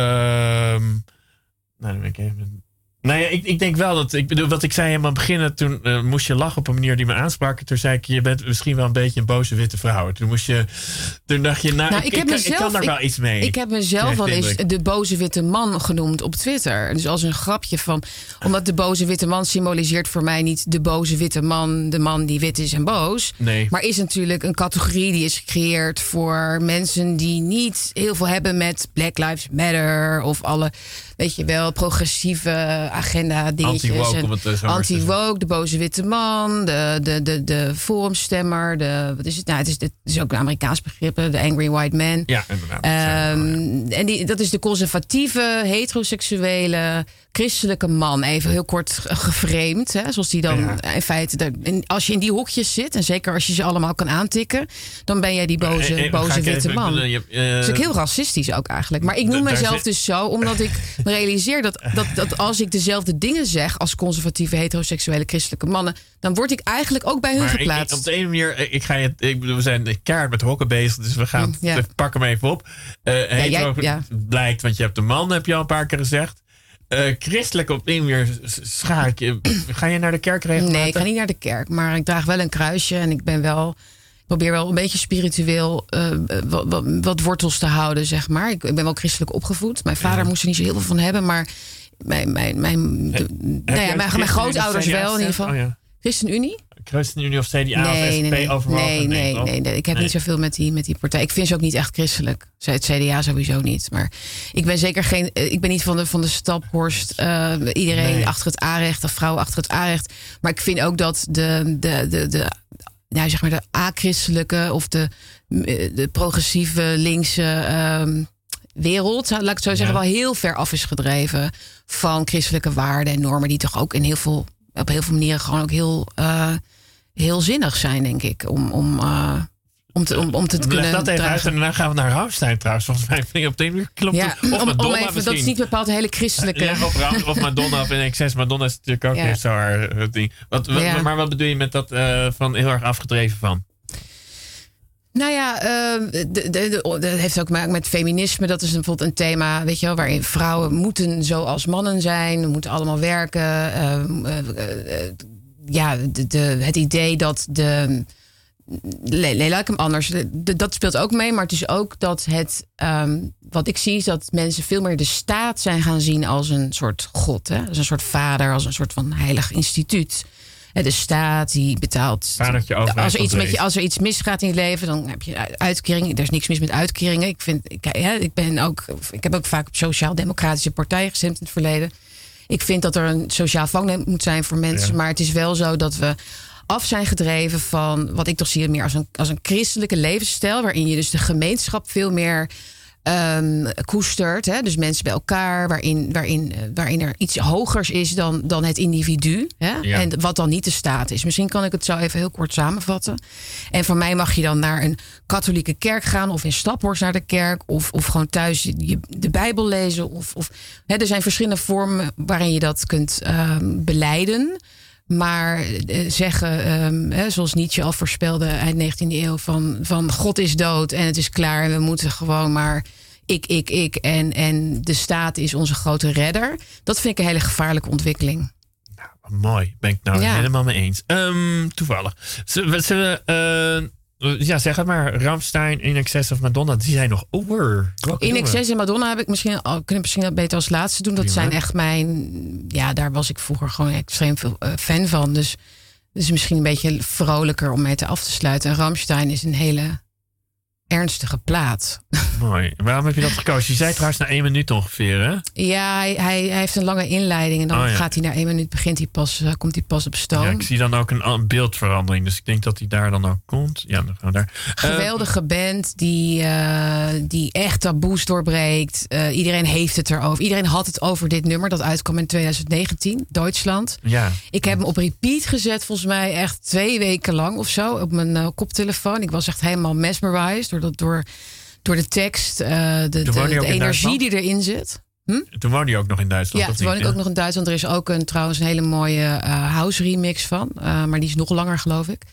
nou, dan ben ik even. Nou ja, ik, ik denk wel dat, ik bedoel, wat ik zei helemaal aan het begin, toen uh, moest je lachen op een manier die me aansprak. Toen zei ik, je bent misschien wel een beetje een boze witte vrouw. Toen moest je, toen dacht je, nou, nou ik, ik, ik, mezelf, ik kan daar ik, wel iets mee. Ik heb mezelf wel eens de boze witte man genoemd op Twitter. Dus als een grapje van, omdat de boze witte man symboliseert voor mij niet de boze witte man, de man die wit is en boos. Nee. Maar is natuurlijk een categorie die is gecreëerd voor mensen die niet heel veel hebben met Black Lives Matter of alle, weet je wel, progressieve agenda dingetjes. Anti-woke, anti-woke, de boze witte man, de, de, de, de forumstemmer, de, wat is het? Nou, het is, het is ook een Amerikaans begrip, de angry white man. Ja, inderdaad. Um, en die, dat is de conservatieve, heteroseksuele, christelijke man. Even heel kort geframed, hè, zoals die dan ja. in feite, de, als je in die hokjes zit, en zeker als je ze allemaal kan aantikken, dan ben jij die boze, e- e- boze witte even, man. Uh, dat is ook heel racistisch ook eigenlijk. Maar ik noem d- mezelf dus zo, omdat ik me realiseer dat, dat, dat als ik dezelfde dingen zeg als conservatieve, heteroseksuele, christelijke mannen, dan word ik eigenlijk ook bij hun maar geplaatst. Ik, ik, op de ene manier, ik ga je, ik bedoel, we zijn keihard met hokken bezig, dus we gaan, ja. we pakken hem even op. Uh, ja, hetero jij, ja. blijkt, want je hebt de man, heb je al een paar keer gezegd. Uh, christelijk op een manier schaar ik je. Ga je naar de kerk regelmatig? Nee, ik ga niet naar de kerk, maar ik draag wel een kruisje en ik ben wel, ik probeer wel een beetje spiritueel uh, wat, wat, wat wortels te houden, zeg maar. Ik, ik ben wel christelijk opgevoed. Mijn vader ja. moest er niet zo heel veel van hebben, maar mijn, mijn, mijn, de, nou ja, mijn, mijn grootouders wel in ieder geval. Oh, ja. ChristenUnie? ChristenUnie of C D A nee, of S P nee, overwogen? Nee, nee, nee, nee, nee. Ik heb nee. niet zoveel met die, met die partij. Ik vind ze ook niet echt christelijk. Het C D A sowieso niet. Maar ik ben zeker geen. Ik ben niet van de, van de Staphorst. Uh, iedereen nee. achter het A-recht of vrouwen achter het A-recht. Maar ik vind ook dat de, de, de, de, nou, zeg maar de a-christelijke of de, de progressieve linkse um, wereld, laat ik het zo zeggen, ja. wel heel ver af is gedreven van christelijke waarden en normen die toch ook in heel veel, op heel veel manieren gewoon ook heel, uh, heel zinnig zijn, denk ik, om, om, uh, om te, om, om te, te kunnen dat even dragen. uit en daarna gaan we naar Rammstein trouwens. Volgens mij vind ik op de ene klopt ja, het. Of om, Madonna om even, misschien. dat is niet bepaald een hele christelijke. Ja, of, of Madonna of N X S. Madonna is natuurlijk ook ja. niet zo haar ding. Wat, wat, ja. Maar wat bedoel je met dat uh, van heel erg afgedreven van? Nou ja, uh, de, de, de, dat heeft ook te maken met feminisme. Dat is bijvoorbeeld een thema, weet je wel, waarin vrouwen moeten zoals mannen zijn. We moeten allemaal werken. Uh, uh, uh, ja, de, de, het idee dat de... Nee, nee, laat ik hem anders. De, de, dat speelt ook mee, maar het is ook dat het... Um, wat ik zie is dat mensen veel meer de staat zijn gaan zien als een soort god. Hè? Als een soort vader, als een soort van heilig instituut. De staat die betaalt. Als er, iets met je, als er iets misgaat in je leven, dan heb je uitkeringen. Er is niks mis met uitkeringen. Ik, vind, ik, ja, ik, ben ook, ik heb ook vaak op sociaal-democratische partijen gestemd in het verleden. Ik vind dat er een sociaal vangnet moet zijn voor mensen. Ja. Maar het is wel zo dat we af zijn gedreven van wat ik toch zie meer als een, als een christelijke levensstijl. Waarin je dus de gemeenschap veel meer Um, koestert. Hè? Dus mensen bij elkaar, waarin, waarin, waarin er iets hogers is dan, dan het individu. Hè? Ja. En wat dan niet de staat is. Misschien kan ik het zo even heel kort samenvatten. En voor mij mag je dan naar een katholieke kerk gaan, of in Staphorst naar de kerk, of, of gewoon thuis je, de Bijbel lezen. Of, of, hè, er zijn verschillende vormen waarin je dat kunt um, belijden. Maar uh, zeggen, um, hè, zoals Nietzsche al voorspelde eind negentiende eeuw, van, van God is dood en het is klaar en we moeten gewoon maar ik, ik, ik en, en de staat is onze grote redder. Dat vind ik een hele gevaarlijke ontwikkeling. Nou, mooi, ben ik nou ja. helemaal mee eens. Um, toevallig. Zullen we... Uh, Ja, zeg het maar. Rammstein, In Excess of Madonna, die zijn nog over. In Excess en Madonna heb ik misschien al, kunnen misschien dat beter als laatste doen. Dat ja. zijn echt mijn... Ja, daar was ik vroeger gewoon extreem veel uh, fan van. Dus, dus misschien een beetje vrolijker om mee te af te sluiten. En Rammstein is een hele ernstige plaat. Mooi. Waarom heb je dat gekozen? Je zei trouwens na één minuut ongeveer, hè? Ja, hij, hij, hij heeft een lange inleiding. En dan oh, ja. gaat hij na één minuut, begint hij pas, uh, komt hij pas op stoom. Ja, ik zie dan ook een, een beeldverandering. Dus ik denk dat hij daar dan ook komt. Ja, dan gaan we daar. Geweldige uh, band die, uh, die echt taboes doorbreekt. Uh, iedereen heeft het erover. Iedereen had het over dit nummer. Dat uitkwam in twintig negentien. Duitsland. Ja. Ik heb hem op repeat gezet. Volgens mij echt twee weken lang of zo. Op mijn uh, koptelefoon. Ik was echt helemaal mesmerized. Door, dat, door, door de tekst. Uh, de de, de energie die erin zit. Hm? Toen woonde je ook nog in Duitsland? Ja, toen woon ik ook nog in Duitsland. Er is ook een, trouwens een hele mooie uh, house remix van. Uh, maar die is nog langer, geloof ik.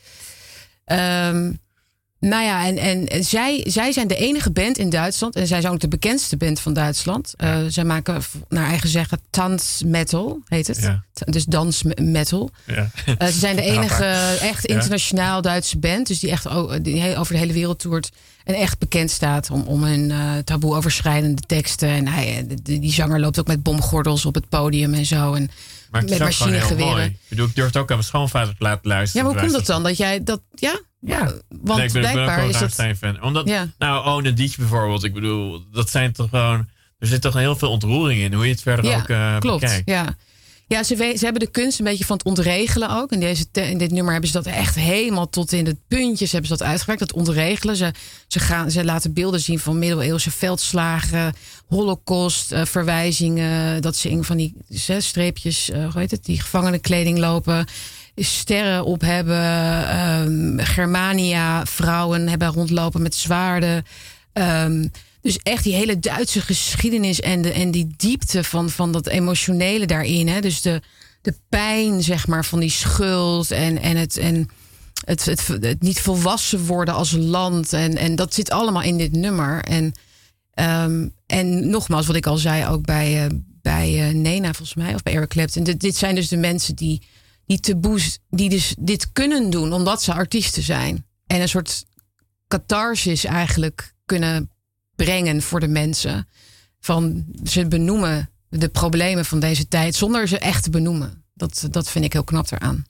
Um, nou ja, en, en, en zij, zij zijn de enige band in Duitsland. En zij zijn ook de bekendste band van Duitsland. Uh, ja. Zij maken, naar eigen zeggen, tanzmetal, heet het. Ja. Dus dansmetal. Ja. Uh, ze zijn de enige echt internationaal ja. Duitse band. Dus die echt die over de hele wereld toert. En echt bekend staat om, om hun uh, taboe-overschrijdende teksten. En hij, die, die zanger loopt ook met bomgordels op het podium en zo. En maar het met machinegeweren. Ik bedoel, ik durf het ook aan mijn schoonvader te laten luisteren. Ja, maar hoe komt dat dan? Dat jij dat, ja? Ja, want nee, ik ben, blijkbaar ik ben ook is een dat... fan. Omdat, ja. nou, Own a Dietje bijvoorbeeld. Ik bedoel, dat zijn toch gewoon... Er zit toch heel veel ontroering in, hoe je het verder ja, ook uh, klopt, bekijkt. Ja, ja ze, we, ze hebben de kunst een beetje van het ontregelen ook. In, deze te, in dit nummer hebben ze dat echt helemaal tot in de puntjes hebben ze dat uitgewerkt. Dat ontregelen. Ze, ze, gaan, ze laten beelden zien van middeleeuwse veldslagen, holocaust, uh, verwijzingen. Dat ze in van die zes streepjes, uh, hoe heet het, die gevangenenkleding lopen. Sterren op hebben. Um, Germania, vrouwen hebben rondlopen met zwaarden. Um, dus echt die hele Duitse geschiedenis en, de, en die diepte van, van dat emotionele daarin. Hè? Dus de, de pijn, zeg maar, van die schuld en, en, het, en het, het, het niet volwassen worden als land. En, en dat zit allemaal in dit nummer. En, um, en nogmaals, wat ik al zei, ook bij, uh, bij uh, Nena volgens mij, of bij Eric Clapton. Dit, dit zijn dus de mensen die... Die taboes, die dus dit kunnen doen omdat ze artiesten zijn. En een soort catharsis eigenlijk kunnen brengen voor de mensen. Van ze benoemen de problemen van deze tijd zonder ze echt te benoemen. Dat, dat vind ik heel knap eraan.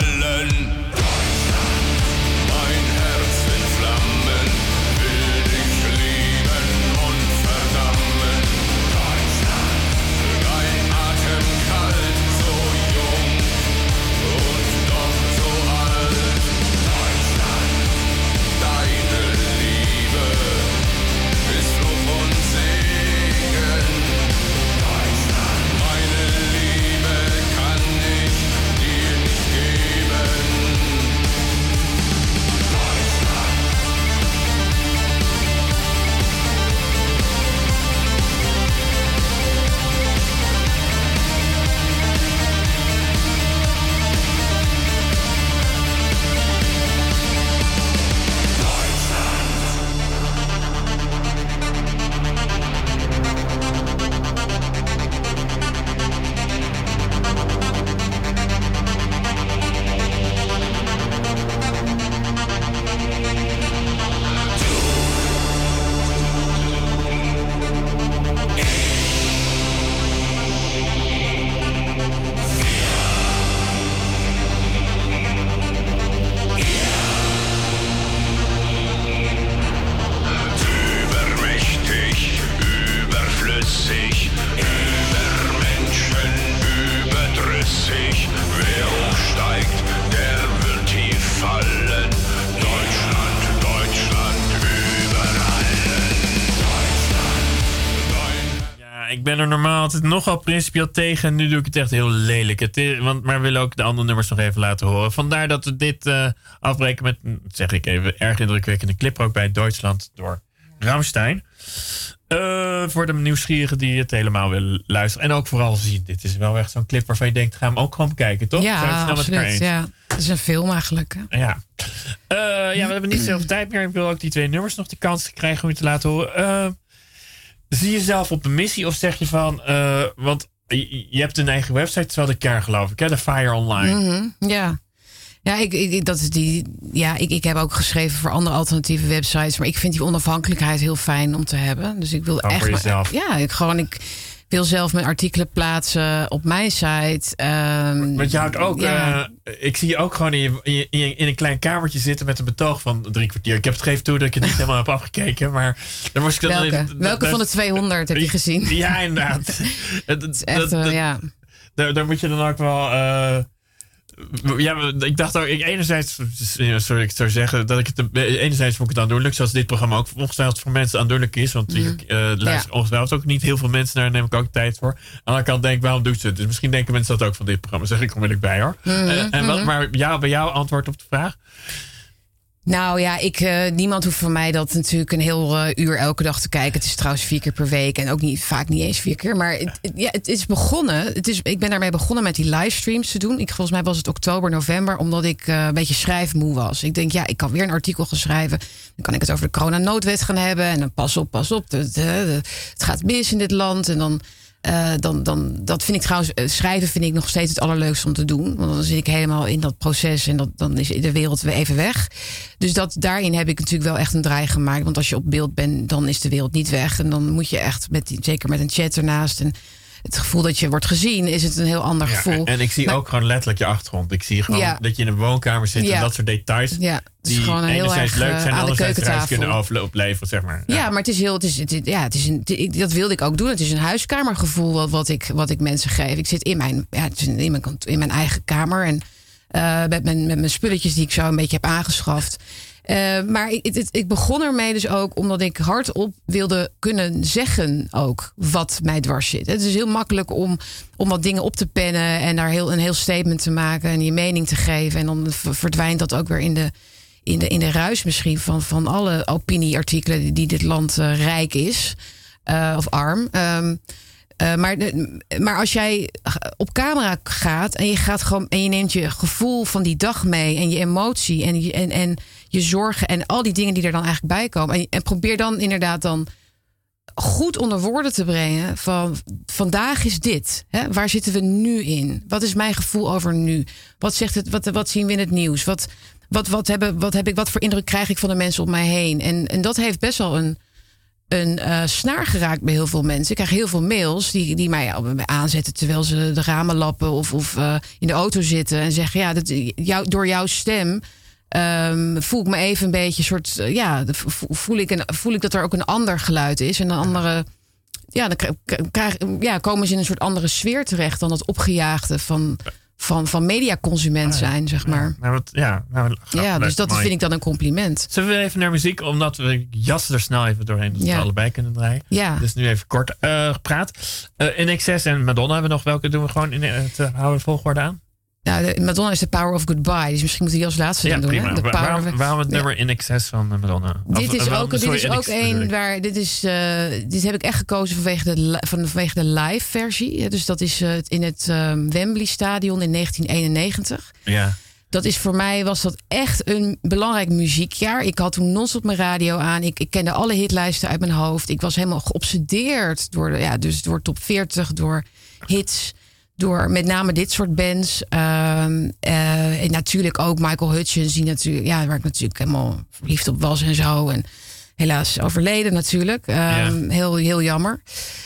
fallen. Mein Herz in Flammen, will dich lieben und verdammen. Dein Atem kalt, so jung und doch so alt. Deine Liebe ist Fluch und Segen. Meine Liebe kann ich dir nicht geben. Übermächtig, überflüssig, über Menschen, überdrüssig. Wer umsteigt, der wird tief fallen. Deutschland, Deutschland, über allen. Ja, ik ben er normaal altijd nogal principieel tegen. En nu doe ik het echt heel lelijk. Het is, want, maar we willen ook de andere nummers nog even laten horen. Vandaar dat we dit uh, afbreken met, zeg ik even, erg indrukwekkende clip ook bij Duitsland door Rammstein. Uh, voor de nieuwsgierigen die het helemaal willen luisteren. En ook vooral zien. Dit is wel echt zo'n clip waarvan je denkt, ga hem ook gewoon kijken, toch? Zijn we het Ja, snel met elkaar absoluut. eens? Ja. Het is een film eigenlijk. Hè? Ja. Uh, ja, we hebben niet zoveel tijd meer. Ik wil ook die twee nummers nog de kans krijgen om je te laten horen. Uh, zie je zelf op een missie of zeg je van... Uh, want je, je hebt een eigen website, terwijl de kern geloof ik, hè? De Fire Online. Mm-hmm, ja. Ja, ik, ik, dat is die, ja ik, ik heb ook geschreven voor andere alternatieve websites. Maar ik vind die onafhankelijkheid heel fijn om te hebben. Dus ik wil Gewoon echt. voor jezelf. Maar, ja, ik, gewoon, ik wil zelf mijn artikelen plaatsen op mijn site. Um, Want je houdt ook... ja. Uh, ik zie je ook gewoon in, je, in, je, in een klein kamertje zitten met een betoog van drie kwartier. Ik heb het gegeven toe dat ik het niet helemaal heb afgekeken. Maar daar moest ik dan... Welke, dat, Welke dat, van de tweehonderd heb je gezien? Ja, inderdaad. Het is echt, uh, ja. Daar, daar moet je dan ook wel... Uh, ja, ik dacht ook, ik enerzijds, sorry ik zou zeggen, dat ik het enerzijds vond ik het aandoenlijk, zoals dit programma ook ongetwijfeld voor mensen aandoenlijk is, want mm. ik uh, luister ja. ongetwijfeld ook niet heel veel mensen naar, daar neem ik ook tijd voor. Aan de andere kant denk ik, waarom doet ze het? Dus misschien denken mensen dat ook van dit programma, zeg ik onmiddellijk bij hoor. Mm-hmm. Uh, en wat, maar ja, bij jou antwoord op de vraag? Nou ja, ik, uh, niemand hoeft van mij dat natuurlijk een heel uh, uur elke dag te kijken. Het is trouwens vier keer per week en ook niet, vaak niet eens vier keer. Maar het, het, ja, het is begonnen. Het is, ik ben daarmee begonnen met die livestreams te doen. Ik, volgens mij was het oktober, november, omdat ik uh, een beetje schrijfmoe was. Ik denk, ja, ik kan weer een artikel gaan schrijven. Dan kan ik het over de coronanoodwet gaan hebben. En dan pas op, pas op. Het, het gaat mis in dit land. En dan... Uh, dan, dan, dat vind ik trouwens, uh, schrijven vind ik nog steeds het allerleukste om te doen. Want dan zit ik helemaal in dat proces en dat, dan is de wereld weer even weg. Dus dat, daarin heb ik natuurlijk wel echt een draai gemaakt. Want als je op beeld bent, dan is de wereld niet weg. En dan moet je echt, met die, zeker met een chat ernaast... En het gevoel dat je wordt gezien, is het een heel ander ja, gevoel. En ik zie maar, ook gewoon letterlijk je achtergrond. Ik zie gewoon ja, dat je in een woonkamer zit ja, en dat soort details. Ja, het is die gewoon een heel enerzijds erg leuk zijn en anderzijds reis kunnen opleveren, zeg maar. Ja, ja maar het is heel, het is, het, ja, het is een, het, dat wilde ik ook doen. Het is een huiskamergevoel wat, wat, ik, wat ik mensen geef. Ik zit in mijn, ja, het is in, mijn, in mijn eigen kamer en uh, met, mijn, met mijn spulletjes die ik zo een beetje heb aangeschaft. Uh, maar ik, het, ik begon ermee dus ook omdat ik hardop wilde kunnen zeggen ook wat mij dwars zit. Het is heel makkelijk om, om wat dingen op te pennen en daar heel, een heel statement te maken en je mening te geven. En dan verdwijnt dat ook weer in de, in de, in de ruis misschien van, van alle opinieartikelen die, die dit land uh, rijk is uh, of arm. Um, Uh, maar, maar als jij op camera gaat en je gaat gewoon en je neemt je gevoel van die dag mee en je emotie en je, en, en je zorgen en al die dingen die er dan eigenlijk bij komen. En, en probeer dan inderdaad dan goed onder woorden te brengen van vandaag is dit. Hè? Waar zitten we nu in? Wat is mijn gevoel over nu? Wat zegt het? Wat, wat zien we in het nieuws? Wat, wat, wat, hebben, wat heb ik? Wat voor indruk krijg ik van de mensen om mij heen? En, en dat heeft best wel een een uh, snaar geraakt bij heel veel mensen. Ik krijg heel veel mails die, die mij aanzetten terwijl ze de ramen lappen of, of uh, in de auto zitten en zeggen: ja, dat, jou, door jouw stem um, voel ik me even een beetje soort. Uh, ja, voel ik, een, voel ik dat er ook een ander geluid is en een andere. Ja, dan krijg, ja, komen ze in een soort andere sfeer terecht dan dat opgejaagde van. Van, van mediaconsument zijn, zeg maar. Ja, nou, wat, ja, nou, ja, ja dus dat mooi. Vind ik dan een compliment. Zullen we even naar muziek, omdat we jassen er snel even doorheen, dat ja. we allebei kunnen draaien. Ja. Dus nu even kort uh, gepraat. Uh, In Excess en Madonna hebben we nog. Welke doen we gewoon in het uh, houden volgorde aan? Nou, de, Madonna is The Power of Goodbye. Dus misschien moeten we die als laatste ja, doen. Prima. Hè? De waarom, of, waarom het nummer ja. In Excess van Madonna? Dit of, is waarom, ook, dit sorry, is ook een waar. Dit, is, uh, dit heb ik echt gekozen vanwege de, vanwege de live versie. Dus dat is uh, in het uh, Wembley Stadion in negentien eenennegentig. Ja. Dat is voor mij was dat echt een belangrijk muziekjaar. Ik had toen non-stop mijn radio aan. Ik, ik kende alle hitlijsten uit mijn hoofd. Ik was helemaal geobsedeerd door, de, ja, dus door top veertig, door hits. Door met name dit soort bands. Uh, uh, en natuurlijk ook Michael Hutchence. Die natuurlijk, ja, waar ik natuurlijk helemaal verliefd op was en zo. En helaas overleden natuurlijk. Um, ja. heel, heel jammer.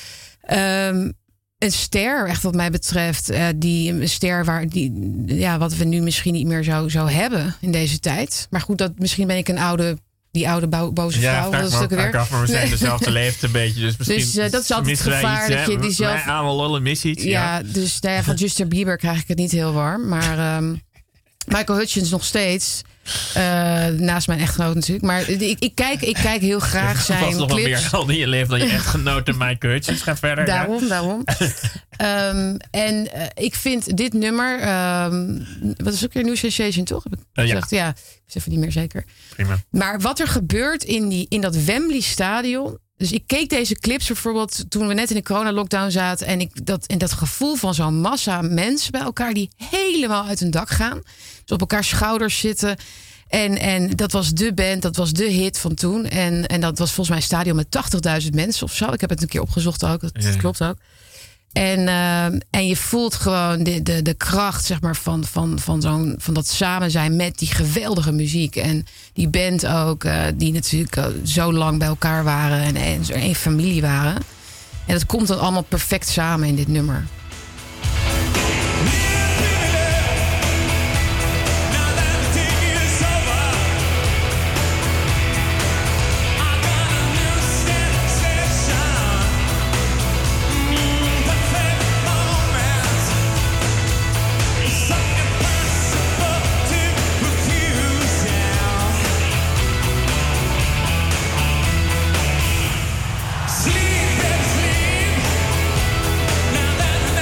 Um, een ster, echt wat mij betreft. Uh, die, een ster waar die, ja, wat we nu misschien niet meer zo, zo hebben in deze tijd. Maar goed, dat, misschien ben ik een oude... Die oude bo- boze ja, vrouw. Ja, vraag me ook af, maar we zijn dezelfde leeftijd een beetje. Dus, misschien dus uh, dat is altijd het gevaar iets, dat je die zelf... Wij aan wel lullen, mis iets. Ja, ja. dus nou ja, van Justin Bieber krijg ik het niet heel warm. Maar um, Michael Hutchence nog steeds. Uh, naast mijn echtgenoot natuurlijk. Maar ik, ik, kijk, ik kijk heel graag zijn clips. Er was nog wel meer al in je leven dan je echtgenoot Michael Hutchence. Ga verder. Daarom, ja. daarom. um, en uh, ik vind dit nummer... Um, wat is ook weer New Sensation, toch? Heb ik uh, gezegd? Ja. ja, ik is even niet meer zeker. Prima. Maar wat er gebeurt in, die, in dat Wembley Stadion... Dus ik keek deze clips bijvoorbeeld toen we net in de corona-lockdown zaten. En, ik, dat, en dat gevoel van zo'n massa mensen bij elkaar die helemaal uit hun dak gaan. Dus op elkaar schouders zitten. En, en dat was de band, dat was de hit van toen. En, en dat was volgens mij een stadion met tachtigduizend mensen of zo. Ik heb het een keer opgezocht ook, dat, dat klopt ook. En, uh, en je voelt gewoon de, de, de kracht zeg maar, van, van, van, zo'n, van dat samen zijn met die geweldige muziek. En die band ook, uh, die natuurlijk uh, zo lang bij elkaar waren en, en zo één familie waren. En dat komt dan allemaal perfect samen in dit nummer. Sleep and sleep. Now that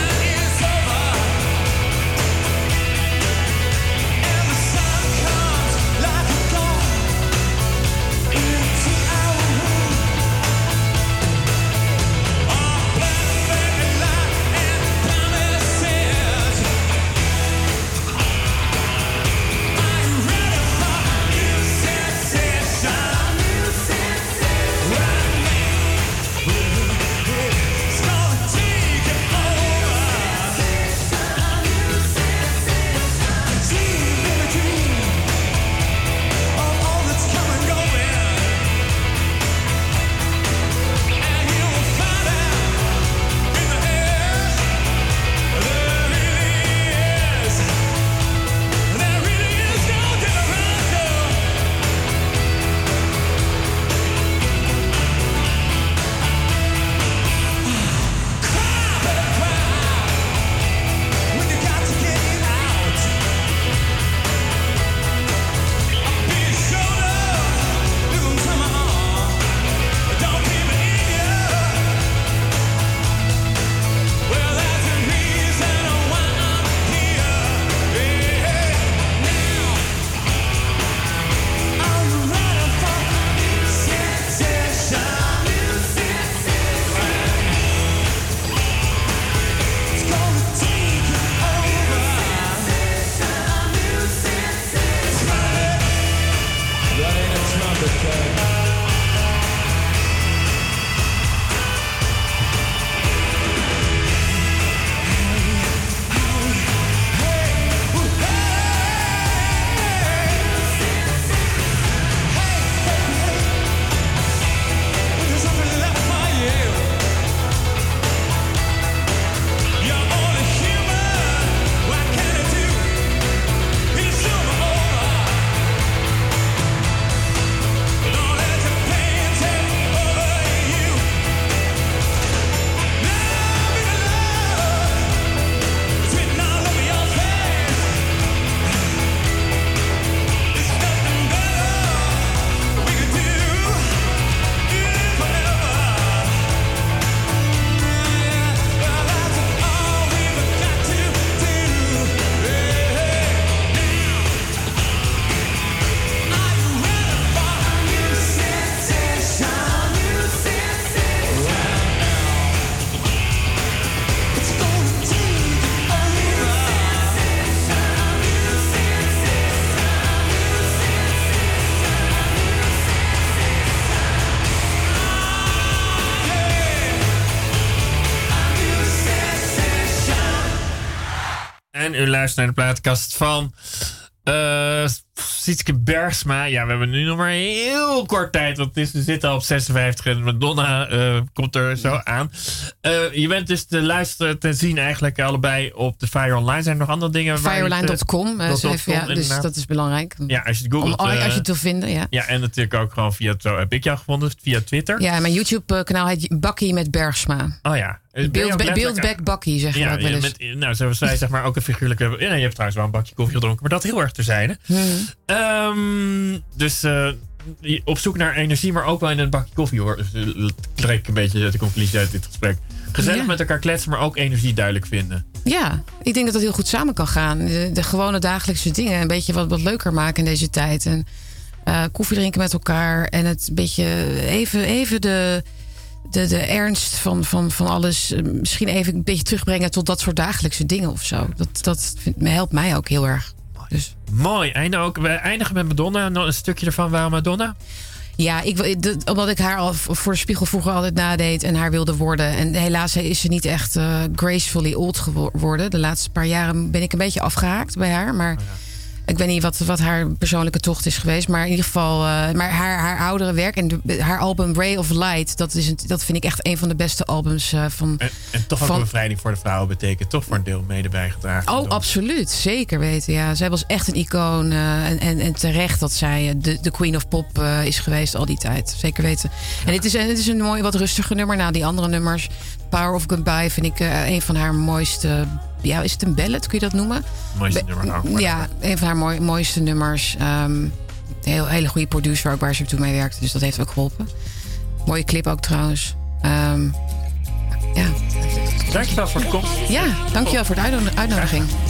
luistert naar de plaatkast van uh, Sietske Bergsma. Ja, we hebben nu nog maar heel kort tijd. Want het is, we zitten al op zesenvijftig en Madonna uh, komt er zo aan. Uh, je bent dus te luisteren, te zien eigenlijk allebei op de Fire Online. Zijn er nog andere dingen? Fireline dot com. Uh, .com, ja, dus dat is belangrijk. Ja, als je het googelt. Om, uh, als je het wil vinden, ja. Ja, en natuurlijk ook gewoon via, zo heb ik jou gevonden, via Twitter. Ja, mijn YouTube-kanaal heet Bakkie met Bergsma. Oh ja. Beeld, beeldback Bakkie, zeg je ja, dat wel eens. Met, nou, zoals wij zeg maar ook een figuurlijke... Ja, je hebt trouwens wel een bakje koffie gedronken, maar dat heel erg terzijde. Hmm. Um, dus uh, op zoek naar energie, maar ook wel in een bakje koffie, hoor. Dat trek ik een beetje de conclusie uit dit gesprek. Gezellig ja. met elkaar kletsen, maar ook energie duidelijk vinden. Ja, ik denk dat dat heel goed samen kan gaan. De, de gewone dagelijkse dingen een beetje wat, wat leuker maken in deze tijd. En uh, koffie drinken met elkaar en het een beetje even, even de... De, de ernst van, van, van alles misschien even een beetje terugbrengen tot dat soort dagelijkse dingen of zo. Dat, dat vindt, helpt mij ook heel erg. Dus. Mooi. En ook, we eindigen met Madonna. Nog een stukje ervan. Waarom Madonna? Ja, ik, de, omdat ik haar al voor de spiegel vroeger altijd nadeed en haar wilde worden. En helaas is ze niet echt uh, gracefully old geworden. De laatste paar jaren ben ik een beetje afgehaakt bij haar. Maar oh ja. Ik weet niet wat, wat haar persoonlijke tocht is geweest. Maar in ieder geval, uh, maar haar, haar oudere werk en de, haar album Ray of Light, dat, is een, dat vind ik echt een van de beste albums uh, van. En, en toch ook van, een bevrijding voor de vrouwen betekent, toch voor een deel mede bijgedragen. Oh, absoluut. Zeker weten. Ja. Zij was echt een icoon. Uh, en, en, en terecht dat zij de, de Queen of Pop uh, is geweest al die tijd. Zeker weten. Ja. En het is, het is een mooi, wat rustiger nummer na die andere nummers. Power of Goodbye vind ik uh, een van haar mooiste. Ja, is het een ballad? Kun je dat noemen? Mooiste nummer nou. Ja, een van haar mooi, mooiste nummers. Um, heel, hele goede producer ook waar ze toen mee werkte. Dus dat heeft ook geholpen. Mooie clip ook trouwens. Um, ja. Dankjewel voor de komst. Ja, dankjewel voor de uitnodiging.